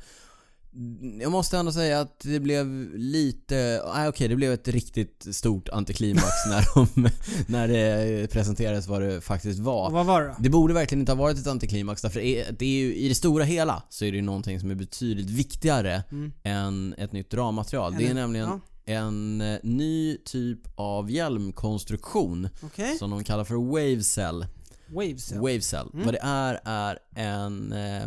Jag måste ändå säga att det blev lite, nej okej, det blev ett riktigt stort antiklimax när, de, när det presenterades vad det faktiskt var. Och vad var det då? Det borde verkligen inte ha varit ett antiklimax därför det är ju, i det stora hela så är det ju någonting som är betydligt viktigare Mm. än ett nytt rammaterial. Det är En- nämligen ja. en eh, ny typ av hjälmkonstruktion Okej. som de kallar för Wavecell. Wavecell. Wavecell. Mm. Vad det är är en eh,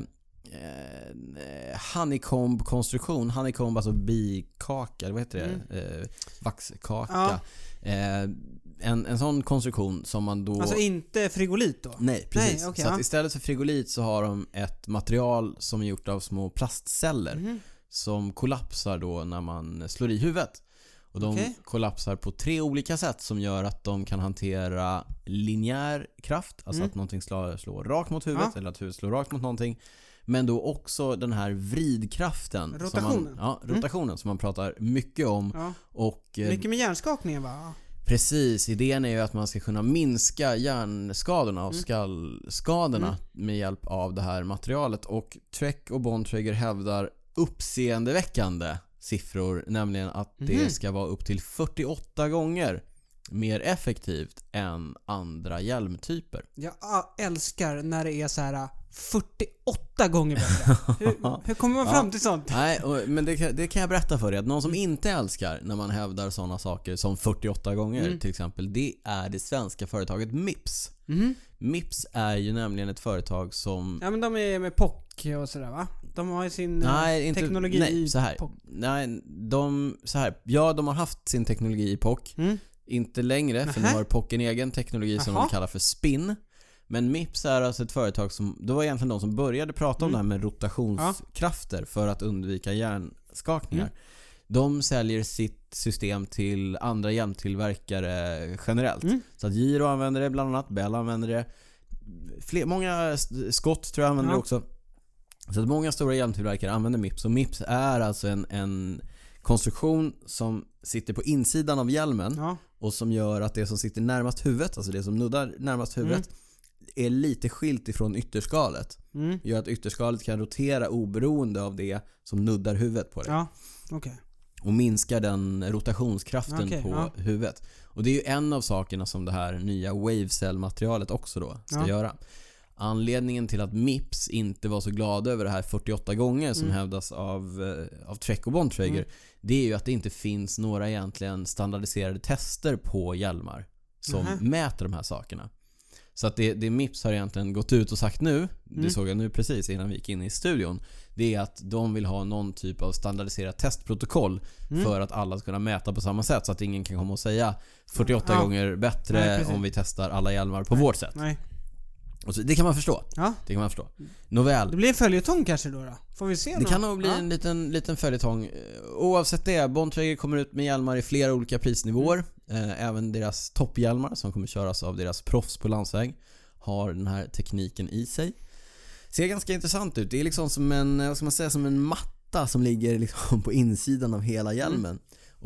en, eh, honeycomb-konstruktion. Honeycomb, alltså bikaka, eller vad heter det? Mm. Eh, vaxkaka. Eh, en, en sån konstruktion som man då... Alltså inte frigolit då? Nej, precis. Nej, okej, så ja. att istället för frigolit så har de ett material som är gjort av små plastceller Mhm. som kollapsar då när man slår i huvudet. Och de Okej. kollapsar på tre olika sätt som gör att de kan hantera linjär kraft, alltså Mm. att någonting slår, slår rakt mot huvudet Ja. eller att huvudet slår rakt mot någonting. Men då också den här vridkraften. Som Rotationen. man, ja, Mm. rotationen som man pratar mycket om. Ja. Och eh, Mycket med hjärnskakningen va? precis, idén är ju att man ska kunna minska hjärnskadorna och Mm. skallskadorna Mm. med hjälp av det här materialet. Och Trek och Bontrager hävdar uppseendeväckande siffror, nämligen att Mhm. det ska vara upp till fyrtioåtta gånger mer effektivt än andra hjälmtyper. Jag ah, älskar när det är så här fyrtioåtta gånger bättre. Hur, hur kommer man Ja. fram till sånt? Nej, och, men det, kan- det kan jag berätta för dig att någon som inte älskar när man hävdar sådana saker som fyrtioåtta gånger Mm. till exempel, det är det svenska företaget Mips. Mhm. Mips är ju nämligen ett företag som... Ja men de är med P O C och sådär va? De har ju sin eh, Nej, inte, teknologi nej, i så här. P O C. Nej, de, så här. Ja, de har haft sin teknologi i P O C. Mm. Inte längre, för nu Nähä. har P O C en egen teknologi som Jaha. de kallar för Spin. Men Mips är alltså ett företag som, det var egentligen de som började prata om Mm. det här med rotationskrafter för att undvika hjärnskakningar. Mm. De säljer sitt system till andra hjälmtillverkare generellt. Mm. Så att Giro använder det bland annat, Bell använder det. Fler, många Scott tror jag använder Ja. det också. Så att många stora hjälmtillverkare använder Mips. Och Mips är alltså en, en konstruktion som sitter på insidan av hjälmen Ja. och som gör att det som sitter närmast huvudet, alltså det som nuddar närmast huvudet, är lite skilt ifrån ytterskalet. Mm. Gör att ytterskalet kan rotera oberoende av det som nuddar huvudet på det. Ja. Okej. Och minskar den rotationskraften Okej, på ja. huvudet. Och det är ju en av sakerna som det här nya Wavecell-materialet också då ska Ja. göra. Anledningen till att Mips inte var så glada över det här fyrtioåtta gånger som Mm. hävdas av, eh, av Trek och Bontrager, Mm. det är ju att det inte finns några egentligen standardiserade tester på hjälmar som Nähä. mäter de här sakerna. Så att det, det Mips har egentligen gått ut och sagt nu, Mm. det såg jag nu precis innan vi gick in i studion, det är att de vill ha någon typ av standardiserat testprotokoll Mm. för att alla ska kunna mäta på samma sätt så att ingen kan komma och säga fyrtioåtta Ja. gånger bättre Nej, precis. om vi testar alla hjälmar på Nej. vårt sätt. Nej. Och så, det kan man förstå. Ja. Det kan man förstå. Nåväl. Det blir en följetong kanske då, då? Får vi se Det då? kan nog bli Ja. en liten, liten följetong. Oavsett det, Bontrager kommer ut med hjälmar i flera olika prisnivåer. Eh, även deras topphjälmar som kommer köras av deras proffs på landsväg har den här tekniken i sig. Ser ganska intressant ut. Det är liksom som en, vad ska man säga, som en matta som ligger liksom på insidan av hela hjälmen.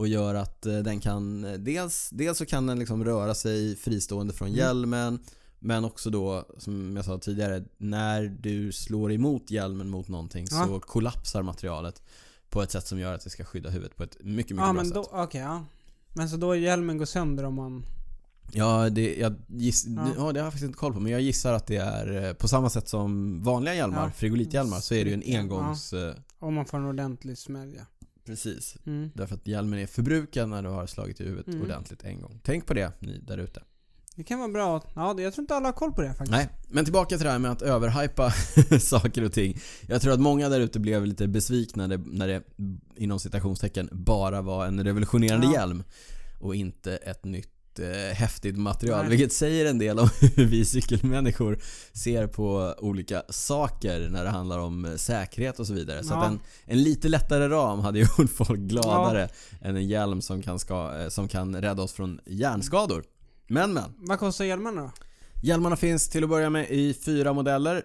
och gör att eh, den kan dels, dels så kan den liksom röra sig fristående från hjälmen, men också då, som jag sa tidigare, när du slår emot hjälmen mot någonting Ja. så kollapsar materialet på ett sätt som gör att det ska skydda huvudet på ett mycket, mycket Ja, bra men sätt. då, okej, okay, ja. Men så då hjälmen går sönder om man... Ja, det, jag giss, Ja. ja. det har jag faktiskt inte koll på, men jag gissar att det är eh, på samma sätt som vanliga hjälmar, Ja. frigolithjälmar, så är det ju en Ja. engångs... eh, Om man får en ordentlig smäll, ja. Precis. Mm. Därför att hjälmen är förbrukad när du har slagit i huvudet Mm. ordentligt en gång. Tänk på det, ni där ute. Det kan vara bra. Ja, det, jag tror inte alla har koll på det faktiskt. Nej, men tillbaka till det här med att överhypa saker och ting. Jag tror att många där ute blev lite besvikna när det, när det inom citationstecken bara var en revolutionerande Ja. hjälm och inte ett nytt eh, häftigt material. Nej. Vilket säger en del om hur vi cykelmänniskor ser på olika saker när det handlar om eh, säkerhet och så vidare. Så Ja. att en, en lite lättare ram hade gjort folk gladare än en hjälm som kan, ska, eh, som kan rädda oss från hjärnskador. Men men Vad kostar hjälmarna då? hjälmarna finns till att börja med i fyra modeller.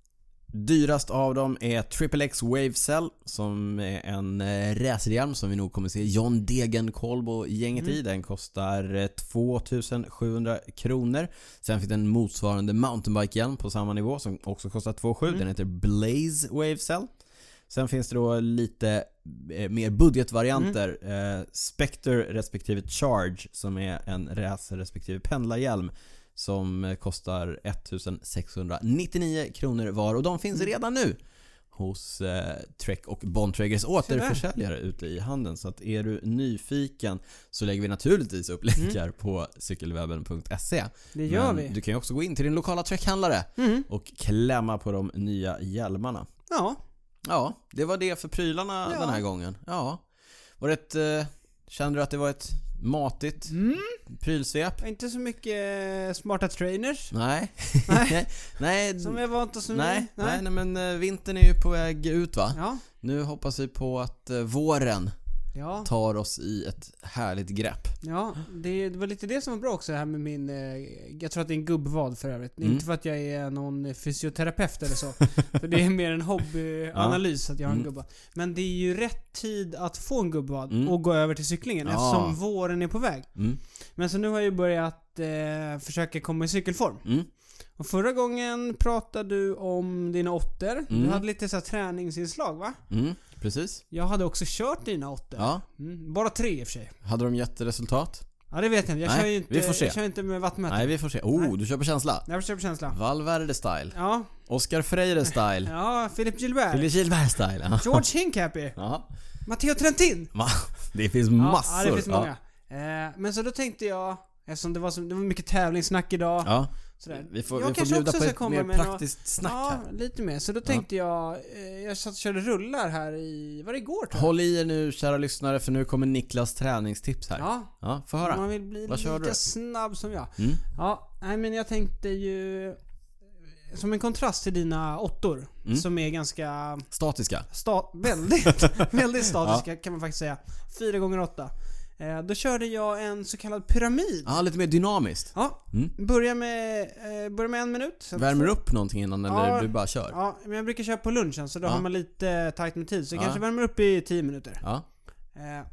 Dyrast av dem är Triple X Wave Cell, som är en eh, racerhjälm som vi nog kommer se John Degenkolb och gänget Mm. i. Den kostar eh, tvåtusen sjuhundra kronor. Sen finns det en motsvarande mountainbike-hjälm på samma nivå som också kostar två tusen sjuhundra. Mm. Den heter Blaze Wave Cell. Sen finns det då lite eh, mer budgetvarianter. Mm. Eh, Spectre respektive Charge, som är en racer respektive pendlarhjälm, som eh, kostar ettusensexhundranittionio kronor var. Och de finns Mm. redan nu hos eh, Trek och Bontraggers återförsäljare ute i handeln. Så att är du nyfiken så lägger vi naturligtvis upp länkar på cykelwebben punkt se. Det gör Men vi. du kan ju också gå in till din lokala Trek-handlare Mm. och klämma på de nya hjälmarna. Ja. Ja, det var det för prylarna Ja. den här gången. Ja. Var det ett, eh, kände du att det var ett matigt Mm. prylsvep? Inte så mycket eh, smarta trainers. Nej. Nej. nej. Som jag vant oss nej, vid. nej, nej, men eh, vintern är ju på väg ut, va? Ja. Nu hoppas vi på att eh, våren Ja. tar oss i ett härligt grepp. Ja, det, det var lite det som var bra också här med min... Eh, jag tror att det är en gubbvad för övrigt. Mm. Inte för att jag är någon fysioterapeut eller så. För det är mer en hobbyanalys att jag har en Mm. gubbvad. Men det är ju rätt tid att få en gubbvad Mm. och gå över till cyklingen Ja. eftersom våren är på väg. Mm. Men så nu har jag ju börjat eh, försöka komma i cykelform. Mm. Och förra gången pratade du om dina åttor. Du Mm. hade lite så här träningsinslag, va? Mm. Precis. Jag hade också kört dina åttor. Ja. Mm, bara tre i och för sig. Hade de gett resultat? Ja, det vet jag inte. Jag Nej, kör ju inte, vi får se. Jag kör inte med vattmätare. Nej, vi får se. Oh, Nej. du kör på känsla. Jag försöker på känsla. Valverde style. Ja, Oscar Freire style. ja, Philip Gilbert. Philip Gilbert style. Ja. George Hincapie. Ja. Matteo Trentin. Va? Det finns massor. Ja, det finns Ja. många. Eh, men så då tänkte jag, eftersom det var, så, det var mycket tävlingssnack idag. Ja. Sådär. Vi får, Jag vi får kanske bjuda också på ska ett komma mer med praktiskt snack Ja, här. lite mer. Så då tänkte jag, eh, jag satt och körde rullar här i, var det igår tror jag? Håll i er nu, kära lyssnare, för nu kommer Niklas träningstips här. Ja, Ja, få om höra. man vill bli Vad kör lika du? snabb som jag. Mm. Ja, nej men jag tänkte ju, som en kontrast till dina åttor, Mm. som är ganska Statiska. sta- väldigt, väldigt statiska kan man faktiskt säga. fyra gånger åtta. Eh, då körde jag en så kallad pyramid. Ja, lite mer dynamiskt. Ja, Mm. börja med, eh, börja med en minut. Så Värmer två- upp någonting innan eller Ja. du bara kör? Ja, men jag brukar köra på lunchen så då Ja. har man lite tajt med tid. Så jag Ja. kanske värmer upp i tio minuter. Ja. Eh,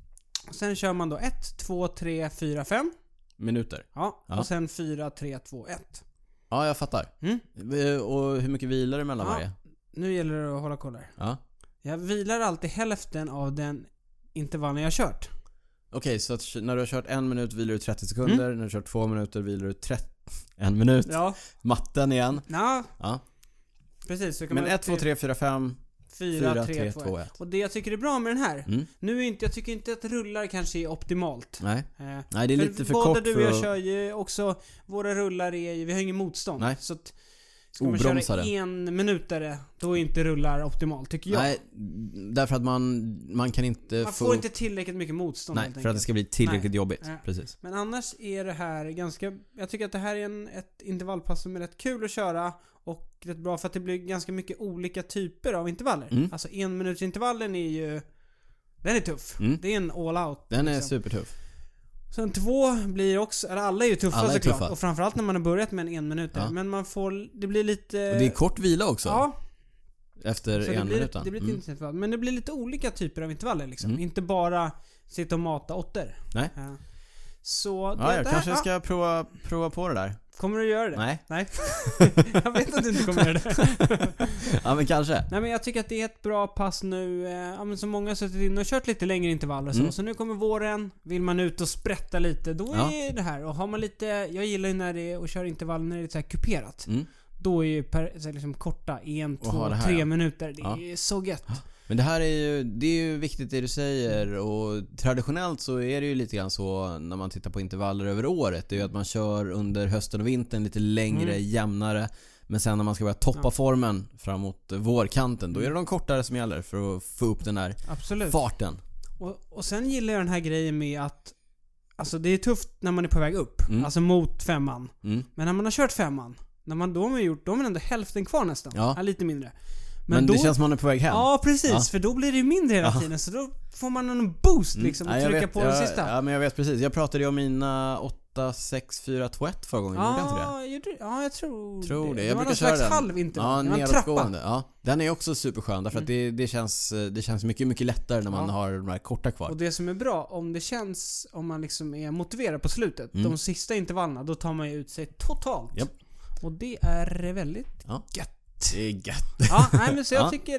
sen kör man då ett, två, tre, fyra, fem. Minuter. Ja, Ja. och sen fyra, tre, två, ett. Ja, jag fattar. Mm. Eh, Och hur mycket vilar det mellan Ja. varje? Nu gäller det att hålla koll här. Ja. Jag vilar alltid hälften av den intervallen jag har kört. Okej, så att när du har kört en minut vilar du trettio sekunder. När du har kört två minuter vilar du trettio... En minut. Ja. Matten igen. Ja, Ja. precis. Så kan Men man ett, två, tre, fyra, fem, fyra, fyra, tre, tre, två, två, ett. ett. Och det jag tycker är bra med den här. Mm. Nu är inte, jag tycker inte att rullar kanske är optimalt. Nej. Eh, Nej, det är lite för både kort du och för jag att... kör ju också, våra rullar är ju, vi har ingen motstånd. Nej. Så att ska man köra Obromsade. en minutare, då är inte rullar optimalt tycker jag. Nej, därför att man, man kan inte man få... får inte tillräckligt mycket motstånd Nej, helt för att det enkelt. ska bli tillräckligt Nej. jobbigt. Nej. Precis. Men annars är det här ganska, jag tycker att det här är en, ett intervallpass som är rätt kul att köra och rätt bra för att det blir ganska mycket olika typer av intervaller. Mm. Alltså en minuts intervallen är ju, den är tuff. Mm. Det är en all out. Den är liksom. supertuff. Sen två blir också, eller alla är ju tuffa Alla är såklart. tuffa. Och framförallt när man har börjat med en en minut. Ja. Men man får, det blir lite... Och det är kort vila också. Ja. efter Så en det blir, minuten. det blir ett Mm. intervall. Men det blir lite olika typer av intervaller liksom. Mm. Inte bara sitta och mata åttor. Nej. Ja. Så det, Ja, jag det kanske här, ska prova, prova på det där. ja, kommer du göra det? Nej. Nej. Jag vet att du inte kommer göra det. Ja, men kanske. Nej, men jag tycker att det är ett bra pass nu. Eh, ja, men så många har suttit in och kört lite längre intervaller och så. Mm. Så nu kommer våren. Vill man ut och sprätta lite, då Ja. är det här. Och har man lite... Jag gillar ju när det är och kör intervaller när det är lite så här kuperat. Mm. Då är ju per, så här liksom korta, en, Och två, ha det här, tre ja. minuter. Det Ja. är så gött. Men det här är ju, det är ju viktigt det du säger, och traditionellt så är det ju lite grann så när man tittar på intervaller över året. Det är ju att man kör under hösten och vintern lite längre, Mm. jämnare. Men sen när man ska börja toppa Ja. formen framåt vårkanten, då är det de kortare som gäller för att få upp den där Absolut. farten. Och, och sen gillar jag den här grejen med att... Alltså det är tufft när man är på väg upp. Mm. Alltså mot femman. Mm. Men när man har kört femman, när man då har man gjort, då har man ändå hälften kvar nästan. Ja. Ja, lite mindre. Men, då, det känns som man är på väg hem. Ja, precis. Ja. För då blir det ju mindre hela Ja. tiden. Så då får man en boost liksom och Ja, jag trycka vet, på jag, den sista. Ja, men jag vet precis. Jag pratade ju om mina åtta sex fyra två ett förra gången. Gjorde jag inte det? Ja, gjorde, ja, jag tror, Tror det. Det Jag var brukar någon köra slags den. halv intervall. Ja, Det var en trappa. nedåtgående. Ja, den är också superskön därför att det, det, känns, det känns mycket, mycket lättare när man Ja. har de här korta kvar. Och det som är bra, om det känns, om man liksom är motiverad på slutet, Mm. de sista intervallerna, då tar man ju ut sig totalt. Japp. Och det är väldigt Ja. gött. Det är gött. Ja, nej, men så jag Ja. tycker...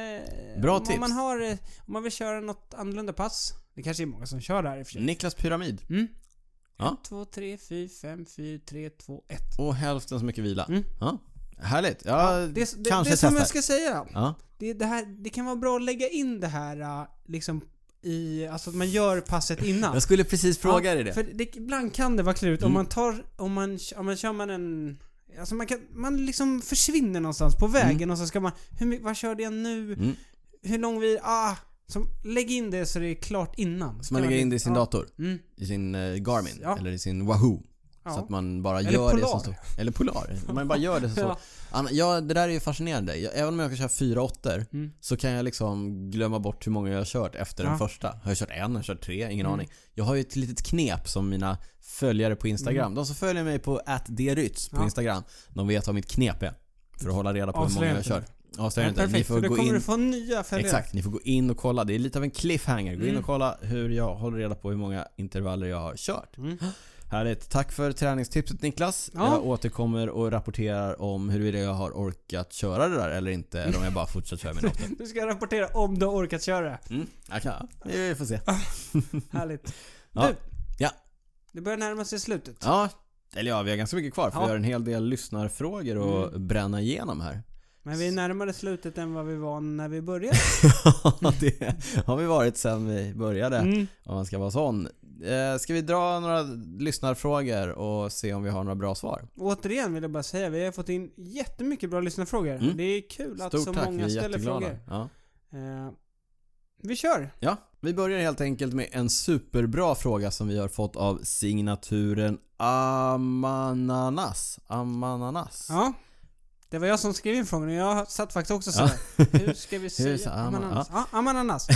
Eh, Bra om, tips. Om man, har, eh, om man vill köra något annorlunda pass, det kanske är många som kör det här i och för sig. Niklas Pyramid. Mm. Ja. ett, två, tre, fyra, fem, fyra, tre, två, ett. Och hälften så mycket vila. Mm. Ja. Härligt. Ja, Ja, det, det, kanske det som testar. jag ska säga. Ja. Det, det, här, det kan vara bra att lägga in det här uh, liksom i, alltså att man gör passet innan. Jag skulle precis fråga dig det. För det, ibland kan det vara klurigt om Mm. man tar, om man, om man kör man en, alltså man kan, man liksom försvinner någonstans på vägen Mm. och så ska man, hur, my- vad körde jag nu? Mm. Hur lång vi, ah, så lägg in det så det är klart innan. Så man lägger in det i sin ja. dator. Mm. I sin eh, Garmin. Ja. Eller i sin Wahoo. Ja. Så att man bara Eller gör Polar. det som står. Eller Polar. Man bara gör det som står. Ja. Anna, ja, det där är ju fascinerande. Jag, även om jag kan köra fyra åttor Mm. så kan jag liksom glömma bort hur många jag har kört efter Ja. den första. Har jag kört en, har jag kört tre? Ingen Mm. aning. Jag har ju ett litet knep som mina följare på Instagram. Mm. De som följer mig på at derytz på Ja. Instagram, de vet vad mitt knep är. För att hålla reda på hur många Avslöja jag har inte. kört. Avslöja inte. Ni Perfekt, får för då gå kommer in. du få nya följare. Exakt, ni får gå in och kolla. Det är lite av en cliffhanger. Gå in Mm. och kolla hur jag håller reda på hur många intervaller jag har kört. Mm. Härligt. Tack för träningstipset, Niklas. Ja. Jag återkommer och rapporterar om huruvida jag har orkat köra det där eller inte. Eller om jag bara fortsätter köra min åtta. Du ska rapportera om du har orkat köra det. Mm, jag kan. Vi får se. Härligt. Ja. Du, Ja. det börjar närma sig slutet. Ja, eller ja, vi har ganska mycket kvar. För Ja. vi har en hel del lyssnarfrågor att Mm. bränna igenom här. Men vi är närmare slutet än vad vi var när vi började. Det har vi varit sedan vi började. Mm. Om man ska vara sån. Eh, ska vi dra några lyssnarfrågor och se om vi har några bra svar? Återigen vill jag bara säga, vi har fått in jättemycket bra lyssnarfrågor. Mm. Det är kul att Stort så tack, många vi är ställer jätteglada. frågor. Ja. Eh, vi kör! Ja, vi börjar helt enkelt med en superbra fråga som vi har fått av signaturen Amananas. Amananas. Ja. Det var jag som skrev in frågan och jag satt faktiskt också så Ja. här. Hur ska vi säga? sa- Amananas. Ja, amananas.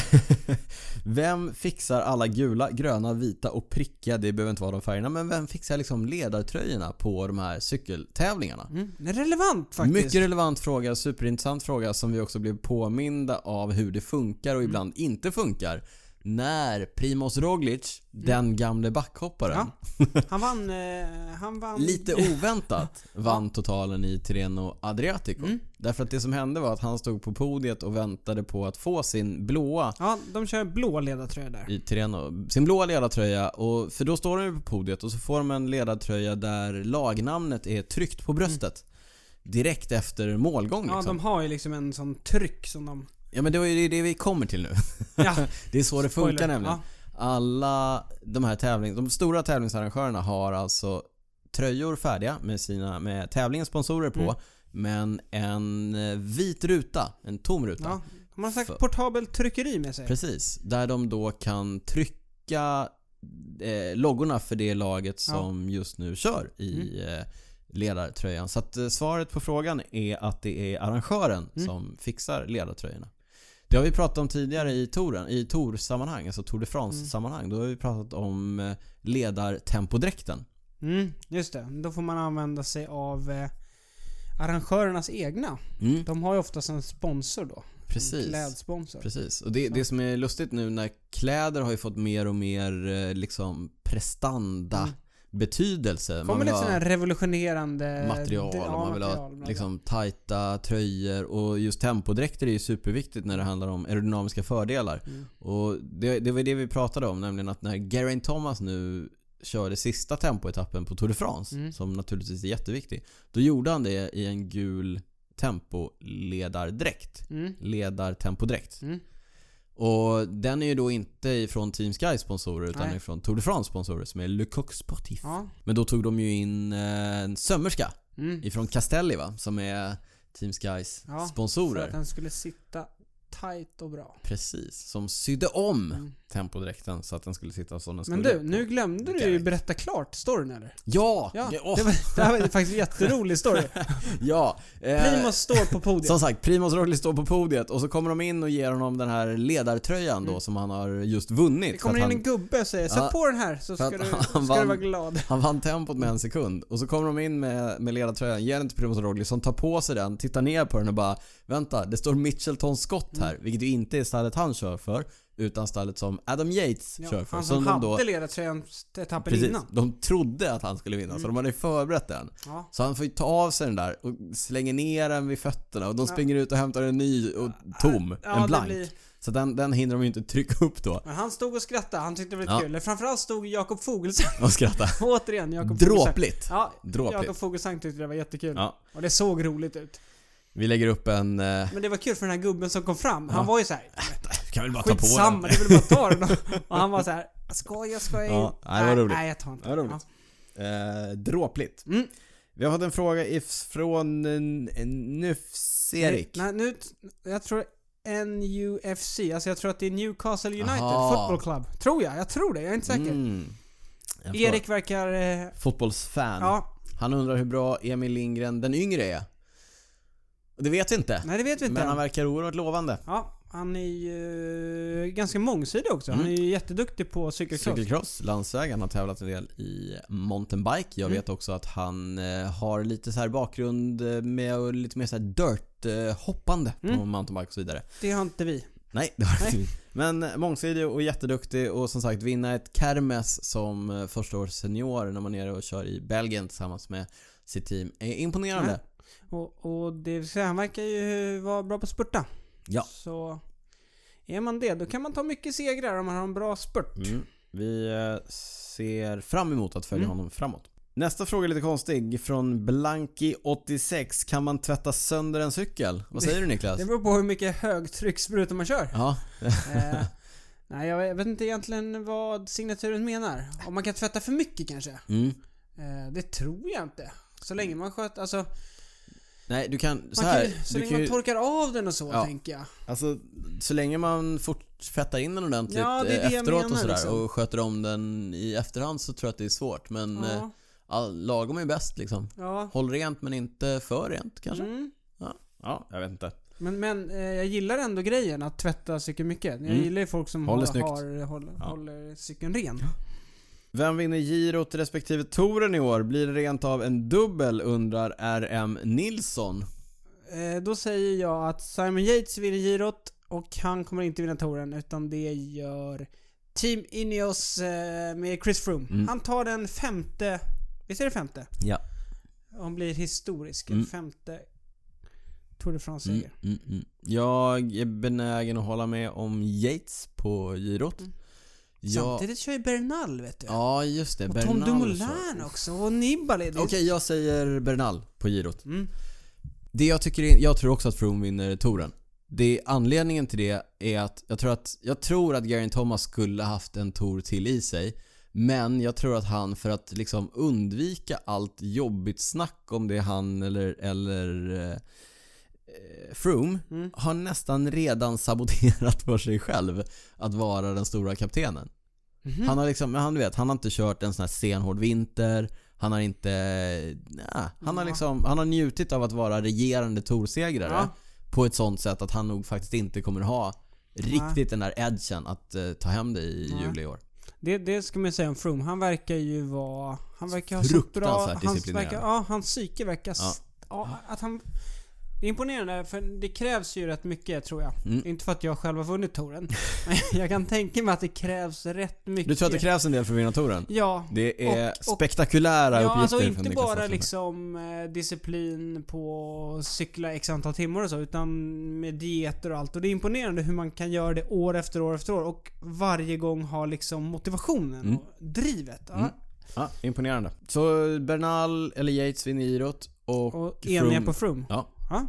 Vem fixar alla gula, gröna, vita och prickiga, det behöver inte vara de färgerna, men vem fixar liksom ledartröjorna på de här cykeltävlingarna? Mm. Det är relevant faktiskt. Mycket relevant fråga, superintressant fråga som vi också blev påminda av hur det funkar och ibland inte funkar. När Primoz Roglic, den gamle backhopparen, Ja. Han vann... Eh, han vann... lite oväntat vann totalen i Tirreno Adriatico. Mm. Därför att det som hände var att han stod på podiet och väntade på att få sin blåa Ja, de kör blå ledartröja där. i Tirreno, sin blåa ledartröja, och för då står de ju på podiet och så får de en ledartröja där lagnamnet är tryckt på bröstet. Direkt efter målgång Ja, liksom. de har ju liksom en sån tryck som de... Ja, men det är ju det vi kommer till nu. Ja. Det är så det funkar Spoiler. nämligen. Ja. Alla de här tävlings, de stora tävlingsarrangörerna har alltså tröjor färdiga med sina med tävlingssponsorer på, Mm. men en eh, vit ruta, en tom ruta. Ja. De har sagt För- portabelt tryckeri med sig. Precis, där de då kan trycka eh, loggorna för det laget som just nu kör i Mm. eh, ledartröjan. Så att eh, svaret på frågan är att det är arrangören Mm. som fixar ledartröjorna. Det har vi pratat om tidigare i touren, i Tour-sammanhang, alltså Tour de France-sammanhang. Då har vi pratat om eh, ledartempodräkten. Mm, just det. Då får man använda sig av... Eh, arrangörernas egna. Mm. De har ju oftast en sponsor då. Precis. En klädsponsor. Precis. Och det, det som är lustigt nu när kläder har ju fått mer och mer eh, liksom prestanda Mm. betydelse. Man Kommer vill lite ha sån här revolutionerande material det- och ja, man vill material, ha liksom tajta tröjor och just tempodräkter är ju superviktigt när det handlar om aerodynamiska fördelar. Mm. Och det, det var det vi pratade om, nämligen att när Geraint Thomas nu körde sista tempoetappen på Tour de France, Mm. som naturligtvis är jätteviktig, då gjorde han det i en gul tempoledardräkt. Mm. Ledartempodräkt. Mm. Och den är ju då inte ifrån Team Sky sponsorer utan Nej. ifrån Tour de France sponsorer som är Le Coq Sportif. Ja. Men då tog de ju in eh, en sömmerska Mm. ifrån Castelli, va, som är Team Skys Ja, sponsorer. För att den skulle sitta tight och bra. Precis, som sydde om Mm. tempodräkten så att den skulle sitta som den Men skulle. du, nu glömde du ju Garrett. berätta klart storyn eller? Ja! Ja, Ja, åh, det, var, det här var faktiskt en jätterolig story. ja. Eh, Primoz står på podiet. Som sagt, Primoz Roglic står på podiet och så kommer de in och ger honom den här ledartröjan då Mm. som han har just vunnit. Det kommer för in att en han, gubbe och säger, sätt Ja, på den här så för ska, att du, han ska du vann- vara glad. han vann tempot med en sekund och så kommer de in med, med ledartröjan, ger den till Primoz Roglic som tar på sig den, tittar ner på den och bara vänta, det står Mitchelton Scott här, Mm. vilket ju inte är stallet han kör för utan stallet som Adam Yates Ja, kör för. han som de hade då, ledartröjan etappen precis, innan. de trodde att han skulle vinna så Mm. de hade förberett den. Ja. Så han får ju ta av sig den där och slänger ner den vid fötterna och de Ja. springer ut och hämtar en ny och tom, Ja, en det blank. blir- Så den, den hinner de ju inte trycka upp då Men han stod och skrattade, han tyckte det var lite Ja. kul. Eller framförallt stod Jakob Fogelsang. och skratta. Återigen, Jakob Fogelsang. Dråpligt. Ja, Dråpligt. Jakob Fogelsang tyckte det var jättekul. Ja. Och det såg roligt ut. Vi lägger upp en... Eh, Men det var kul för den här gubben som kom fram. Han Ja. var ju så här. kan väl bara ta på Skitsamma, den. det vill bara ta den. Och han var så här. Ska jag, ska jag in? Ja, nej, det var roligt. Nej, jag tar inte. Det var roligt. Eh, dråpligt. Ja. Mm. Vi har fått en fråga ifrån en, en Nufs-Erik. Nej, nu, jag tror N U F C, alltså jag tror att det är Newcastle United Aha. Football Club. Tror jag, jag tror det, jag är inte säker. Mm. Jag Erik verkar... Eh, fotbollsfan. ja, Han undrar hur bra Emil Lindgren den yngre är. Och det vet vi inte. nej det vet vi inte. Men han verkar oerhört lovande. Ja, han är ju eh, ganska mångsidig också. Han Mm. är ju jätteduktig på cykelcross. Cykelcross, landsväg. Han har tävlat en del i mountainbike. Jag Mm. vet också att han eh, har lite så här bakgrund eh, med och lite mer så här dirt eh, hoppande på Mm. mountainbike och så vidare. Det har inte vi. Nej, det har Nej. inte vi. Men eh, mångsidig och jätteduktig och som sagt vinna ett Kermes som eh, första års senior när man är nere och kör i Belgien tillsammans med sitt team är imponerande. Nej. Och, och det vill säga, han verkar ju vara bra på att spurta. Ja. Så är man det, då kan man ta mycket segrar om man har en bra spurt. Mm. Vi eh, ser fram emot att följa Mm. honom framåt. Nästa fråga är lite konstig från Blanky åttiosex. Kan man tvätta sönder en cykel? Vad säger du Niklas? Det beror på hur mycket högtryckssprutor man kör. Ja. eh, nej, jag vet inte egentligen vad signaturen menar. Om man kan tvätta för mycket kanske. Mm. Eh, det tror jag inte. Så länge man sköter, alltså... Nej, du kan så Man här. kan, så du länge kan man ju, torkar av den och så, Ja. tänker jag. alltså så länge man fort fettar in den ordentligt Ja, det är eh, det jag efteråt menar, och sådär liksom. och sköter om den i efterhand så tror jag att det är svårt. Men eh, Ja, all, lagom är bäst liksom. ja. Håll rent men inte för rent kanske. Mm. Ja. ja, jag vet inte. Men, men eh, jag gillar ändå grejen att tvätta cykeln mycket. Jag Mm. gillar ju folk som Håller har, snyggt. har, håller, Ja. håller cykeln ren. Vem vinner girot respektive touren i år? Blir det rent av en dubbel, undrar R M Nilsson. Eh, då säger jag att Simon Yates vinner girot och han kommer inte vinna touren, utan det gör Team Ineos eh, med Chris Froome. Mm. Han tar den femte, visst är det femte? Ja. Han blir historisk, Mm. femte Tour de France Mm, seger. mm, mm. Jag är benägen att hålla med om Yates på girot. Mm. Jag, Samtidigt kör ju Bernal, vet du. ja, just det. och Bernal Tom Dumoulin så. också, och Nibali. Det- Okej, jag säger Bernal på girot. Mm. Det jag tycker är, jag tror också att Froome vinner touren. Det, anledningen till det är att jag tror att jag tror att Geraint Thomas skulle haft en tour till i sig. Men jag tror att han, för att liksom undvika allt jobbigt snack om det han eller, eller eh, Froome Mm. har nästan redan saboterat för sig själv att vara den stora kaptenen. Mhm. Han har liksom, men han vet, han har inte kört en sån här stenhård vinter. Han har inte, nej, han har Ja. liksom, han har njutit av att vara regerande torsegrare Ja. på ett sånt sätt att han nog faktiskt inte kommer ha riktigt den där edgen att uh, ta hem det i Nej. juli i år. Det, det ska man säga om Froome. Han verkar ju vara... Han verkar ha så bra... Fruktansvärt Hans, disciplinerad. verkar, ja, hans psyke verkar Ja. st- ja, att han... Det är imponerande, för det krävs ju rätt mycket, tror jag. Mm. Inte för att jag själv har vunnit touren. Men jag kan tänka mig att det krävs rätt mycket. Du tror att det krävs en del för att vinna touren? Ja. Det är och, och, spektakulära ja, uppgifter. alltså från inte Niklas bara Forsberg. liksom eh, disciplin på cykla x antal timmar och så, utan med dieter och allt. Och det är imponerande hur man kan göra det år efter år efter år och varje gång ha liksom motivationen Mm. och drivet. Ja. Mm. Ja, imponerande. Så Bernal eller Yates vinner girot och, Och eniga på Froome. Ja. Ja.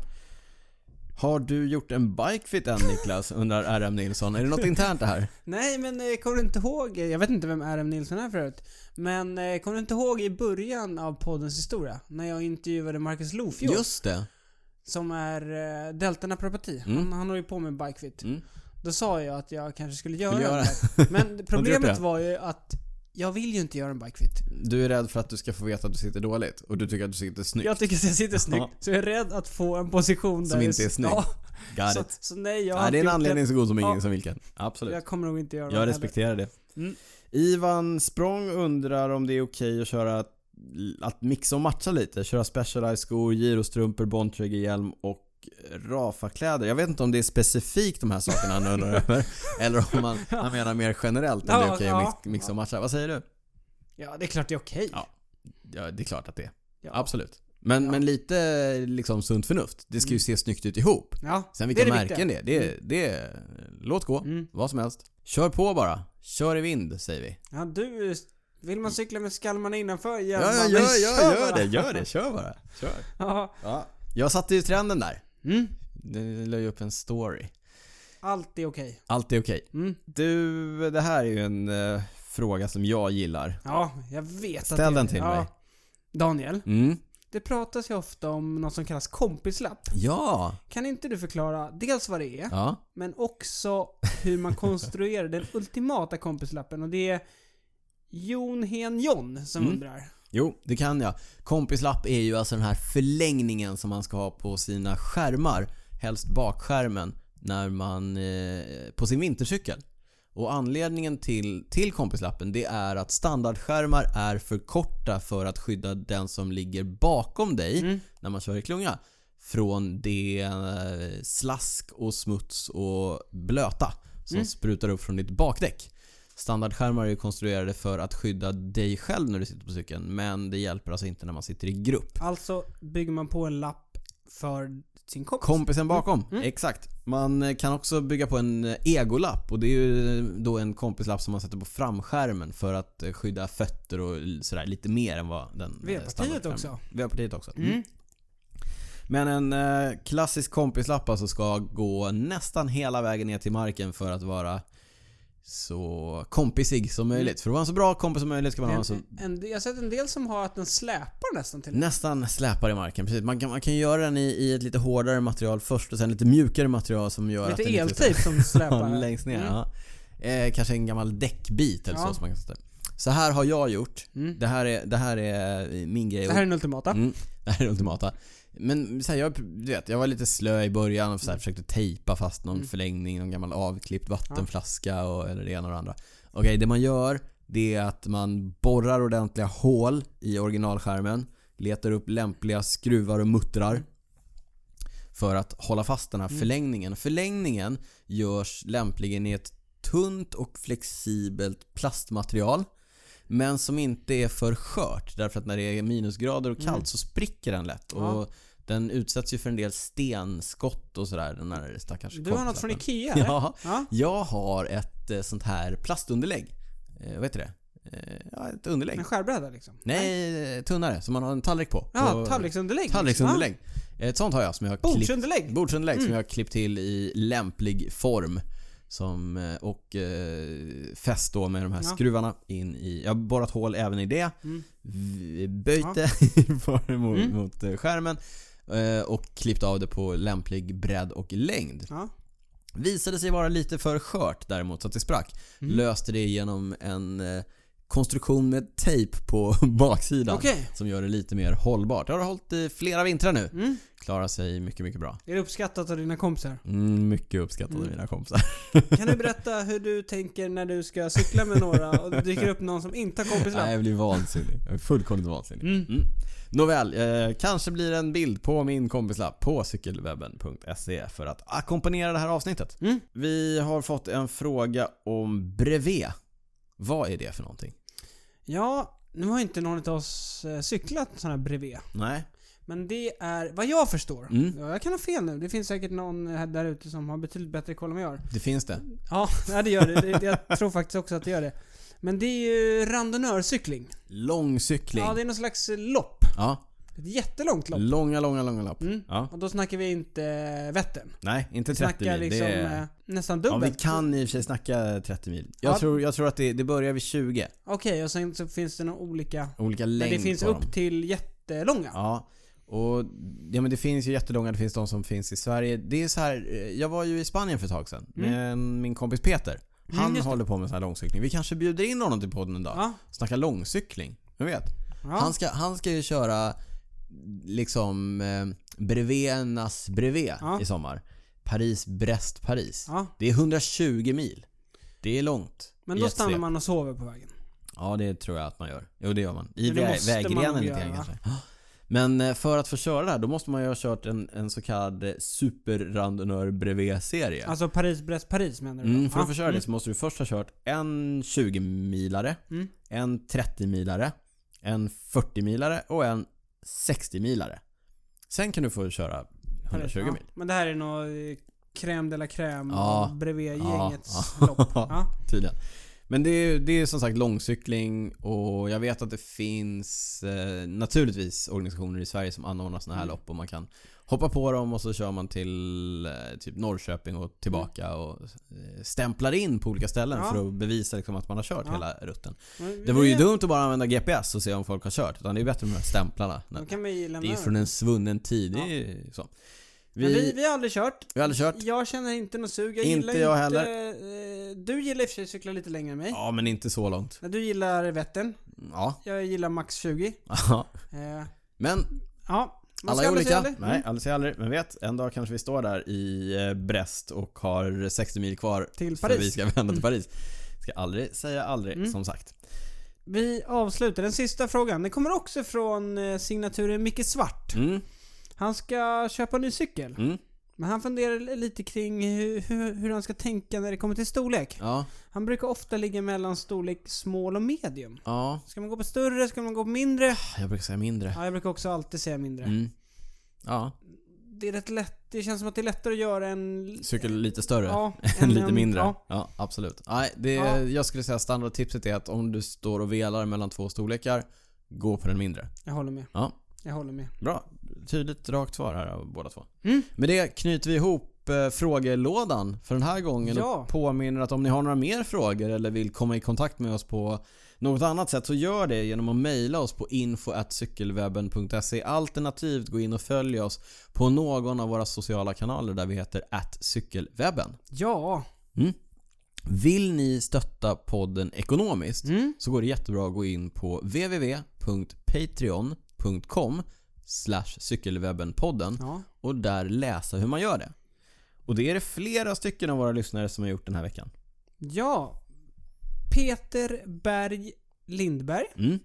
Har du gjort en bikefit än, Niklas? Undrar R M Nilsson. Är det något internt det här? Nej, men eh, kommer du inte ihåg, jag vet inte vem R M Nilsson är förut, men eh, kommer du inte ihåg i början av poddens historia när jag intervjuade Marcus Lofjord, Just det. som är eh, delta-neuropati. Mm. Han, han har ju på med bikefit. Mm. Då sa jag att jag kanske skulle göra, Skulle göra det. Men det. problemet var ju att jag vill ju inte göra en bikefit. Du är rädd för att du ska få veta att du sitter dåligt och du tycker att du sitter snyggt. Jag tycker att jag sitter snyggt, Ja. så jag är rädd att få en position Som där inte är snygg. Ja, Got så, it. så nej, jag har Nej, det är inte en gjort anledning så god som ingen Ja. som vilken. Absolut. Jag kommer nog inte göra det Jag heller. respekterar det. Mm. Ivan Språng undrar om det är okej att köra att mixa och matcha lite. Köra Specialized skor, gyrostrumpor, Bontrager-hjälm och Rafa-kläder. Jag vet inte om det är specifikt de här sakerna han undrar över. Eller om man, han menar mer generellt om Ja, det är okej ja. att mix- mixa och matcha. Vad säger du? Ja, det är klart det är okej. Ja. Ja, det är klart att det är. Ja. Absolut. Men, Ja. men lite liksom sunt förnuft. Det ska ju Mm. se snyggt ut ihop. Ja, Sen vilka det är det märken det är, det, är- Mm. det är, låt gå, Mm. vad som helst. Kör på bara, kör i vind säger vi. Ja, du, vill man cykla med skalmarna innanför? Ja, Ja, ja, men gör, kör gör, gör bara. det, gör det, kör bara. Kör. Ja. Ja. Jag satte ju trenden där. Mm. Det la ju upp en story. Allt är okej. Allt är okej. Mm. Du, det här är ju en eh, fråga som jag gillar. Ja, jag vet att Ställ det, den till ja. mig. Daniel, Mm. det pratas ju ofta om något som kallas kompislapp. Ja. Kan inte du förklara dels vad det är, Ja. men också hur man konstruerar den ultimata kompislappen? Och det är Jon Hen John som Mm. undrar. Jo, det kan jag. Kompislapp är ju alltså den här förlängningen som man ska ha på sina skärmar, helst bakskärmen, när man eh, på sin vintercykel. Och anledningen till, till kompislappen, det är att standardskärmar är för korta för att skydda den som ligger bakom dig Mm. när man kör i klunga från det eh, slask och smuts och blöta som Mm. sprutar upp från ditt bakdäck. Standardskärmar är ju konstruerade för att skydda dig själv när du sitter på cykeln, men det hjälper alltså inte när man sitter i grupp. Alltså bygger man på en lapp för sin kompis. Kompisen bakom, Mm. exakt. Man kan också bygga på en egolapp, och det är ju då en kompislapp som man sätter på framskärmen för att skydda fötter och sådär lite mer än vad den V-partiet standardskärmen- också. V-partiet också. Mm. Mm. Men en eh, klassisk kompislapp alltså ska gå nästan hela vägen ner till marken för att vara så kompisig som möjligt. För att vara en så bra kompis som möjligt ska man ha en så En, en, jag har sett en del som har att den släpar nästan till. nästan släpar i marken. Precis. Man kan, man kan göra den i, i ett lite hårdare material först och sen lite mjukare material som gör Lite att den eltejp som släpar. längst ner. Mm. Ja. Eh, kanske en gammal däckbit eller Ja. så som man kan sätta. Så här har jag gjort. Mm. Det här är, det här är min grej. Det här är den ultimata. Mm, det här är ultimata. Men så här, jag, du vet, jag var lite slö i början och så här, försökte tejpa fast någon Mm. förlängning, någon gammal avklippt vattenflaska och, eller det ena och det andra. Okej, det man gör, det är att man borrar ordentliga hål i originalskärmen, letar upp lämpliga skruvar och muttrar för att hålla fast den här Mm. förlängningen. Förlängningen görs lämpligen i ett tunt och flexibelt plastmaterial, men som inte är för skört, därför att när det är minusgrader och kallt Mm. så spricker den lätt. Ja. Och den utsätts ju för en del stenskott och sådär, den här stackars Du har något från kompislappen. Ikea eller? Ja, Ja. jag har ett eh, sånt här plastunderlägg. Eh, vad heter det? Eh, ja, ett underlägg. En skärbräda liksom? Nej, eh, tunnare, som man har en tallrik på. Ja, på tallriksunderlägg. tallriksunderlägg. Ett sånt har jag som jag har klippt, Bordsunderlägg. bordsunderlägg som Mm. jag har klippt till i lämplig form. Som, eh, och eh, fäst då med de här Ja. skruvarna in i. Jag har borrat hål även i det. Mm. V- Böjt det för- mot, Mm. mot eh, skärmen. Eh, och klippt av det på lämplig bredd och längd. Ja. Visade sig vara lite för skört däremot så att det sprack. Mm. Löste det genom en eh, konstruktion med tejp på baksidan. Okay. Som gör det lite mer hållbart. Det har hållit i flera vintrar nu. Mm. Klarar sig mycket, mycket bra. Är det uppskattat av dina kompisar? Mm, mycket uppskattat mm. av mina kompisar. Kan du berätta hur du tänker när du ska cykla med några och det dyker upp någon som inte har kompislapp? Nej, jag blir vansinnig. Jag är fullkomligt vansinnig. Mm. Mm. Nåväl, eh, kanske blir en bild på min kompislapp på cykelwebben punkt se för att ackompanjera det här avsnittet. Mm. Vi har fått en fråga om brevet. Vad är det för någonting? Ja, nu har inte någon av oss cyklat sådana här brevet. Nej. Men det är, vad jag förstår, mm. ja, jag kan ha fel nu. Det finns säkert någon här där ute som har betydligt bättre koll än vad jag har. Det finns det. Ja, det gör det. Jag tror faktiskt också att det gör det. Men det är ju randonnörcykling. Långcykling. Ja, det är någon slags lopp. Ja. Ett jättelångt lopp. Långa, långa, långa lopp. Mm. Ja. Och då snackar vi inte Vättern. Nej, inte trettio snackar mil. liksom det är... nästan dubbelt. Ja, vi kan i och för sig snacka trettio mil. Jag, ja. tror, jag tror att det, det börjar vid tjugo. Okej, okay, och sen så finns det några olika... Olika längd det finns på upp dem. till jättelånga. Ja. Och ja, men det finns ju jättelånga, det finns de som finns i Sverige. Det är så här, jag var ju i Spanien för ett tag sedan mm. med min kompis Peter. Han mm, håller på med så här långcykling. Vi kanske bjuder in honom till podden en dag. Ja. Snacka långcykling. Jag vet. Ja. Han ska han ska ju köra liksom eh, brevenas brevet ja. i sommar. Paris Brest Paris. Ja. Det är hundratjugo mil. Det är långt. Men då stannar man och sover på vägen. Ja, det tror jag att man gör. Jo, det gör man. I vä- vägrenen lite grann kanske. Men för att få köra det här, då måste man ju ha kört en, en så kallad superrandonnör brevet-serie. Alltså Paris-Brest-Paris menar du? Mm, för att ah, få köra mm. det så måste du först ha kört en tjugo-milare, mm. en trettio-milare, en fyrtio-milare och en sextio-milare. Sen kan du få köra hundratjugo ja. mil. Men det här är nog crème de la crème ja. av brevet-gängets ja. lopp. Ja. Tydligen. Men det är, det är som sagt långcykling och jag vet att det finns eh, naturligtvis organisationer i Sverige som anordnar såna här mm. lopp och man kan hoppa på dem och så kör man till eh, typ Norrköping och tillbaka mm. och eh, stämplar in på olika ställen ja. för att bevisa liksom, att man har kört ja. hela rutten. Men, det vore ju dumt att bara använda G P S och se om folk har kört, utan det är bättre med de här stämplarna. Kan vi lämna det är från en svunnen tid. Ja. Det är så. Vi, vi, vi har aldrig kört. Vi har aldrig kört. Jag känner inte något sug. Jag inte jag heller. Inte, du gillar i och för sig cykla lite längre än mig. Ja, men inte så långt. Du gillar Vättern. Ja. Jag gillar max tjugo. Ja. Eh. Men ja, alla är olika. Aldrig. Nej, aldrig säger aldrig. Men vet, en dag kanske vi står där i Brest och har sextio mil kvar till Paris. För vi ska vända till Paris. Ska aldrig säga aldrig, mm. som sagt. Vi avslutar den sista frågan. Den kommer också från signaturen Micke Svart. Mm. Han ska köpa en ny cykel. Mm. Men han funderar lite kring hur, hur, hur han ska tänka när det kommer till storlek. Ja. Han brukar ofta ligga mellan storlek small och medium. Ja. Ska man gå på större? Ska man gå på mindre? Jag brukar säga mindre. Ja, jag brukar också alltid säga mindre. Mm. Ja. Det är rätt lätt. Det känns som att det är lättare att göra en cykel lite större ja, än lite en, mindre. Ja, ja absolut. Nej, det ja. Jag skulle säga standardtipset är att om du står och velar mellan två storlekar, gå på den mindre. Jag håller med. Ja. Jag håller med. Bra. Tydligt rakt svar här av båda två. Mm. Med det knyter vi ihop eh, frågelådan för den här gången ja. och påminner att om ni har några mer frågor eller vill komma i kontakt med oss på något annat sätt så gör det genom att mejla oss på info at cykelwebben punkt se. Alternativt gå in och följ oss på någon av våra sociala kanaler där vi heter at cykelwebben. Ja. Mm. Vill ni stötta podden ekonomiskt mm. så går det jättebra att gå in på w w w punkt patreon punkt com slash cykelwebbenpodden ja. och där läsa hur man gör det. Och det är det flera stycken av våra lyssnare som har gjort den här veckan. Ja. Peter Berg Lindberg. Mm.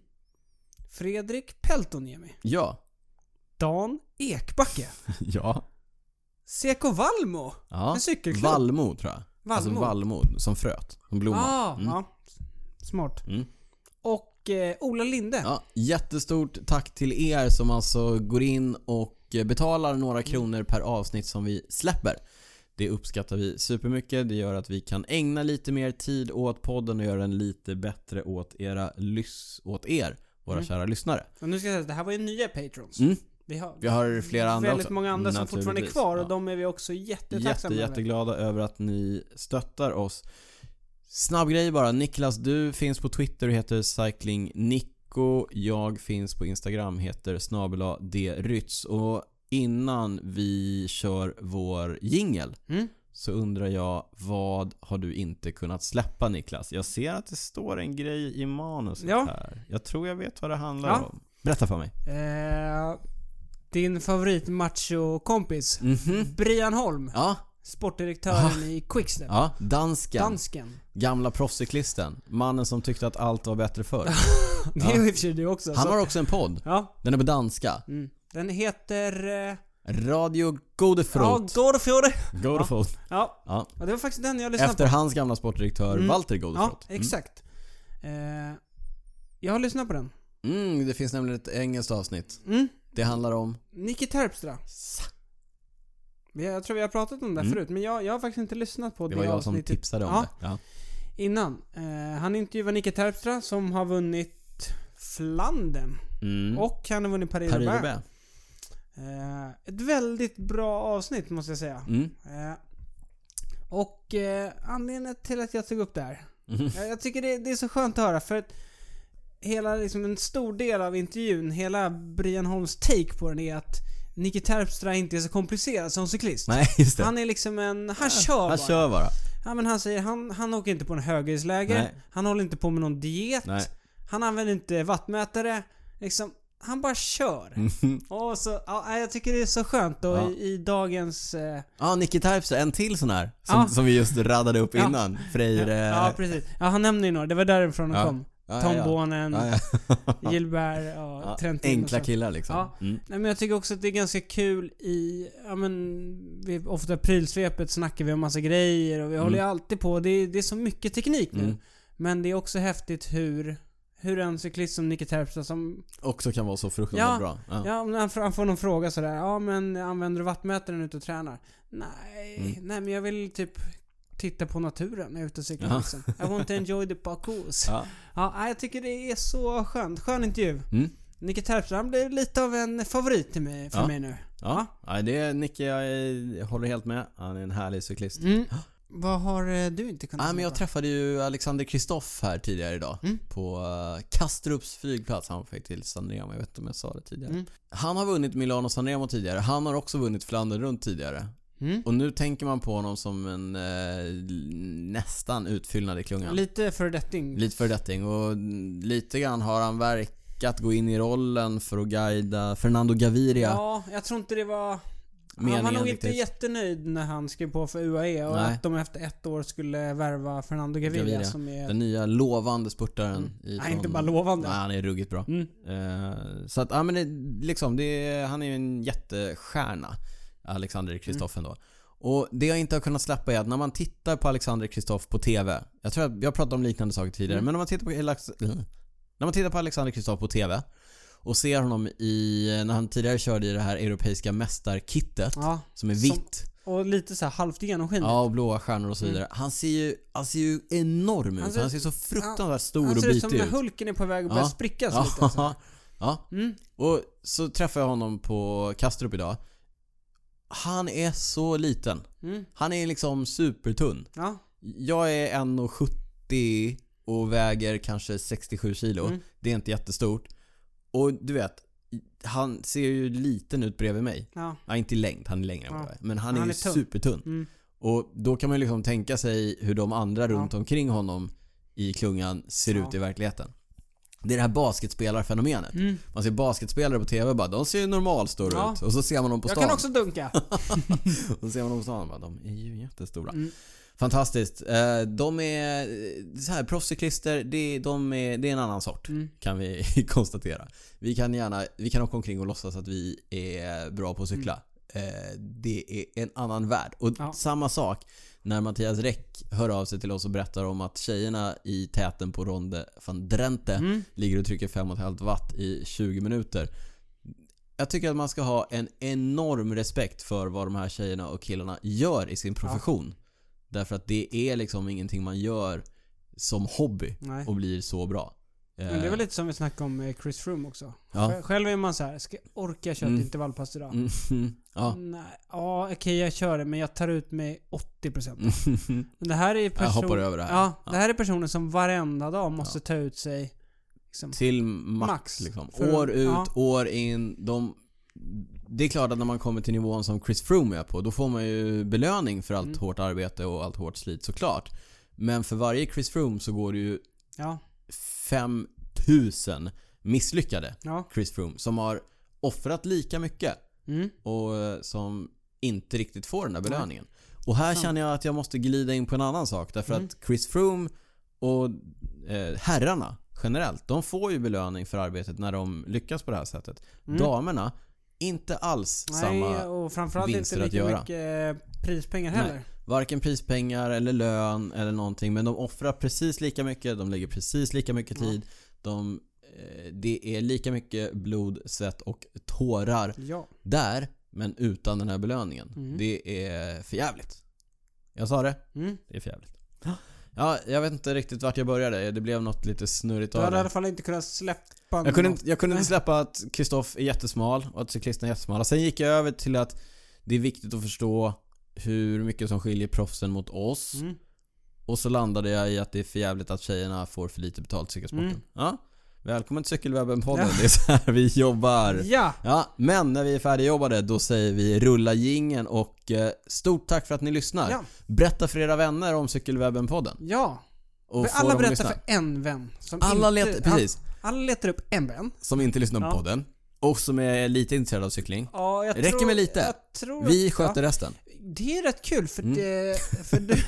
Fredrik Peltoniemi. Ja. Dan Ekbacke. Ja. Seko Valmo. Ja. En cykelklubb. Valmo tror jag. Valmo. Alltså Valmo som fröt. Som blomma. Ah, mm. ja. Smart. Mm. Och eh, Ola Linde. Ja, jättestort tack till er som alltså går in och betalar några kronor per avsnitt som vi släpper. Det uppskattar vi supermycket. Det gör att vi kan ägna lite mer tid åt podden och göra den lite bättre åt era lys åt er, våra mm. kära lyssnare. Och nu ska jag säga att det här var ju nya patrons. Mm. Vi har, vi har flera andra väldigt också. många andra som fortfarande är kvar och ja. de är vi också jättetacksamma Jätte, jätteglada över att ni stöttar oss. Snabb grej bara. Niklas, du finns på Twitter och heter Cycling Nico. Jag finns på Instagram, heter snabel-a drytz. Och innan vi kör vår jingle mm. så undrar jag, vad har du inte kunnat släppa, Niklas? Jag ser att det står en grej i manuset Ja. här. Jag tror jag vet vad det handlar Ja. om. Berätta för mig. Eh, din favorit macho-kompis, Mhm. Brian Holm, Ja, sportdirektören i Quickstep. ja, dansken. Dansken. Gamla proffscyklisten. Mannen som tyckte att allt var bättre förr. Det är ju i och för sig det också. Han så- har också en podd. Ja. Den är på danska. Mm. Den heter... Eh, Radio ja, Godefrot. Godefjord. Godefrot. Ja. Ja. ja, det var faktiskt den jag lyssnade Efter på. hans gamla sportdirektör Mm. Walter Ja, Godefrot. exakt. Eh, jag har lyssnat på den. Mm. Mm, det finns nämligen ett engelskt avsnitt. Mm. Det handlar om... Nicky Terpstra. Vi- Jag tror vi har pratat om det Mm. förut, men jag, jag har faktiskt inte lyssnat på Det det, var jag som avsnittet tipsade om Ja. det. Ja. innan. Eh, han intervjuade Nicky Terpstra som har vunnit Flandern. Mm. Och han har vunnit Paris-Roubaix. Paris-Roubaix. Eh, ett väldigt bra avsnitt måste jag säga. Mm. Eh, och eh, anledningen till att jag tog upp det här. Mm. Jag, jag tycker det, det är så skönt att höra för att hela, liksom en stor del av intervjun, hela Brian Holms take på den är att Nicky Terpstra inte är så komplicerad som cyklist. Nej, just det. Han är liksom en... Han kör Han bara. kör bara. Ja, men han säger, han, han åker inte på en högridsläge. Nej. Han håller inte på med någon diet. Nej. Han använder inte vattmätare. Liksom, han bara kör. Mhm. Och så, ja, jag tycker det är så skönt då Ja. i, i dagens... Eh, Ja, Nicky Terpstra, en till sån här. Som, Ja. som vi just radade upp Ja. innan. Freire... ja, precis. Ja, han nämnde ju några. Det var därifrån de Ja. kom. Ja, Tom ja, ja. Bonen, Ja, ja. Gilbert, ja, Ja, Trentin och enkla så. killar liksom. Ja. Mm. Nej, men jag tycker också att det är ganska kul i, ja men, vi, ofta prylsvepet snackar vi om massa grejer och vi Mm. håller ju alltid på, det är, det är så mycket teknik nu. Mm. Men det är också häftigt hur, hur en cyklist som Nicky Terpstra som, Också kan vara så fruktansvärt Ja. bra. Ja. ja, om han får, han får någon fråga sådär, ja men använder du vattmätaren ute och tränar? Nej, Mm. nej men jag vill typ titta på naturen när jag är ute och cyklar Ja. liksom. I want to enjoy the parcours. Ja. Ja. Ja, jag tycker det är så skönt, skön intervju. Mm. Nicky Terpstra, han blir lite av en favorit till mig, för Ja. mig nu. Ja. Ja, det är Nicky, jag, är- jag håller helt med. Han är en härlig cyklist. Mm. Vad har eh, du inte kunnat Ja, men jag släppa? träffade ju Alexander Kristoff här tidigare idag. Mm. På uh, Kastrups flygplats. Han fick till Sanremo, jag vet inte om jag sa det tidigare. Mm. Han har vunnit Milano Sanremo tidigare. Han har också vunnit Flandern runt tidigare. Mm. Och nu tänker man på honom som en eh, nästan utfyllnad i klungan. Lite föredetting. Lite fördetting. Och lite grann har han verkat gå in i rollen för att guida Fernando Gaviria. Ja, jag tror inte det var... Han Meningen var nog inte riktigt. jättenöjd när han skrev på för U A E och Nej. att de efter ett år skulle värva Fernando Gaviria, Gaviria. som är... Den nya lovande spurtaren. Mm. i Nej, inte bara lovande. Nej, han är ruggigt bra. Mm. Eh, så att, ja men det, liksom, det är, han är ju en jättestjärna, Alexander Kristoff ändå. Och det jag inte har kunnat släppa är att när man tittar på Alexander Kristoff på T V, jag tror att jag pratade om liknande saker tidigare, Mm. men när man tittar på Alex, när man tittar på Alexander Kristoff på T V och ser honom i, när han tidigare körde i det här europeiska mästarkittet Ja, som är som- vitt, och lite så här halvt genomskinligt. ja, och blåa stjärnor och så Mm. vidare. Han ser ju, han ser ju enorm ut. Han Han ser- ser, så fruktansvärt stor Han och ser ut som bitig när ut. Hulken är på väg att börja Ja. spricka så lite. Alltså. Ja, ja. Mm. Och så träffade jag honom på Kastrup idag. Han är så liten. Mm. Han är liksom supertunn. Ja. Jag är en komma sjuttio och väger kanske sextiosju kilo. Mm. Det är inte jättestort. Och du vet, han ser ju liten ut bredvid mig. Ja. Ja, inte i längd, han är längre än vad Ja. jag är. Men han, Han är är ju tunn. supertunn. Mm. Och då kan man ju liksom tänka sig hur de andra Ja. runt omkring honom i klungan ser Ja. ut i verkligheten. Det är det här basketspelarfenomenet. Mm. Man ser basketspelare på T V bara, de ser ju normalstora Ja. ut. Och så ser man dem på Jag stan. kan också dunka. Och så ser man dem på stan och bara, de är ju jättestora. Mm. Fantastiskt. Eh, De är så här, proffscyklister, det, de är, det är en annan sort. Mm. Kan vi konstatera. Vi kan gärna, vi kan åka omkring och låtsas att vi är bra på att cykla. Eh, Det är en annan värld. Och Ja. samma sak när Mattias Räck hör av sig till oss och berättar om att tjejerna i täten på Ronde van Drenthe Mm. ligger och trycker fem komma fem watt i tjugo minuter. Jag tycker att man ska ha en enorm respekt för vad de här tjejerna och killarna gör i sin profession. Därför att det är liksom ingenting man gör som hobby Nej. och blir så bra. Men det är väl lite som vi snackade om med Chris Froome också. Ja. Själv- Själv är man så här, ska jag orka köra Mm. ett intervallpass idag? Mm, ja. Nej, ja okej jag kör det men jag tar ut mig åttio procent. Men det här är person... Jag hoppar över det här. Ja, Ja. det här är personer som varenda dag måste Ja. ta ut sig liksom, Till max, Max. liksom. För- År ut, ja. år in. De, det är klart att när man kommer till nivån som Chris Froome är på, då får man ju belöning för allt Mm. hårt arbete och allt hårt slit, såklart. Men för varje Chris Froome så går det ju Ja. fem tusen misslyckade Ja. Chris Froome som har offrat lika mycket Mm. och eh, som inte riktigt får den där belöningen. Och här Sant. känner jag att jag måste glida in på en annan sak, därför Mm. att Chris Froome och eh, herrarna generellt, de får ju belöning för arbetet när de lyckas på det här sättet. Mm. Damerna, inte alls Nej, samma, och framförallt vinster inte att lika göra. mycket eh, prispengar Nej. heller. varken prispengar eller lön eller någonting, men de offrar precis lika mycket, de lägger precis lika mycket Ja. tid, de, eh, det är lika mycket blod, svett och tårar Ja. där, men utan den här belöningen. Mm. Det är för jävligt. Jag sa det, Mm. det är för jävligt. Ja, jag vet inte riktigt vart jag började. Det blev något lite snurrigt Du av hade i det. alla fall inte kunnat släppa Jag kunde något. inte, jag kunde inte Nej. släppa att Kristoff är jättesmal och att cyklisterna är jättesmala. Sen gick jag över till att det är viktigt att förstå hur mycket som skiljer proffsen mot oss. Mm. Och så landade jag i att det är för jävligt att tjejerna får för lite betalt i cykelsporten. Mm. Ja. Välkommen till Cykelwebben-podden. Ja. Det är så här vi jobbar. Ja. Ja, men när vi är färdigjobbade då säger vi rulla jingeln och eh, stort tack för att ni lyssnar. Ja. Berätta för era vänner om Cykelwebben-podden. Ja. Och För få alla dem att berättar lyssna. för en vän. Som Alla inte, letar, precis, Alla letar upp en vän. som inte lyssnar på Ja. podden och som är lite intresserad av cykling. Ja, jag Räcker tror, med lite. Jag tror Vi att- sköter ja, resten. Det är rätt kul för Mm. det... För du,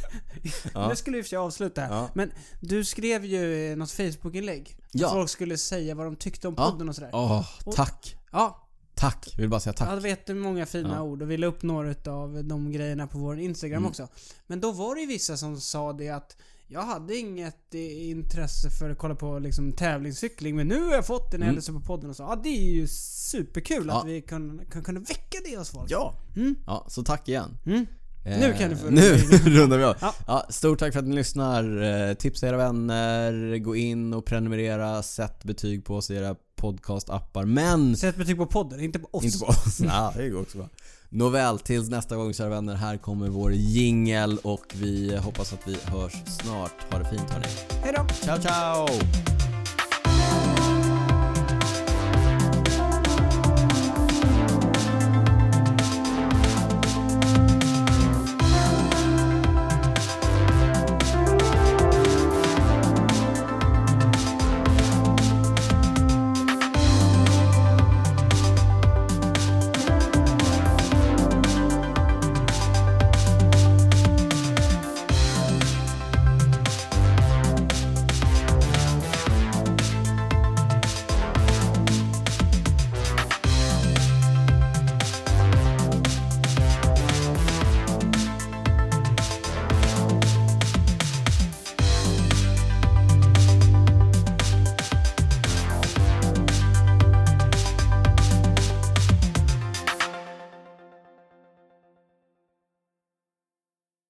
Ja. Nu skulle vi för sig avsluta här. Ja. Men du skrev ju något Facebook-inlägg. Ja. Folk skulle säga vad de tyckte om Ja. podden och sådär. Åh, tack. Ja. Tack. Jag vill bara säga tack. Ja, det var jättemånga fina Ja. ord och vi la upp några av de grejerna på vår Instagram Mm. också. Men då var det ju vissa som sa det att jag hade inget eh, intresse för att kolla på liksom, tävlingscykling, men nu har jag fått det när jag Mm. lyssnade på podden och sa ja, det är ju superkul Ja. att vi kan, kan kunna väcka det hos folk. Ja. Mm. Ja, så tack igen. Mm. Eh, Nu kan du få- Nu rundar vi av. Ja. Ja, stort tack för att ni lyssnar. Eh, Tipsa era vänner, gå in och prenumerera, sätt betyg på oss i era podcastappar. Men Sätt betyg på podden, inte på oss. inte på oss. Ja, det går också bra. Nåväl, tills nästa gång kära vänner, här kommer vår jingle och vi hoppas att vi hörs snart. Ha det fint hörni. Hej då! Ciao ciao!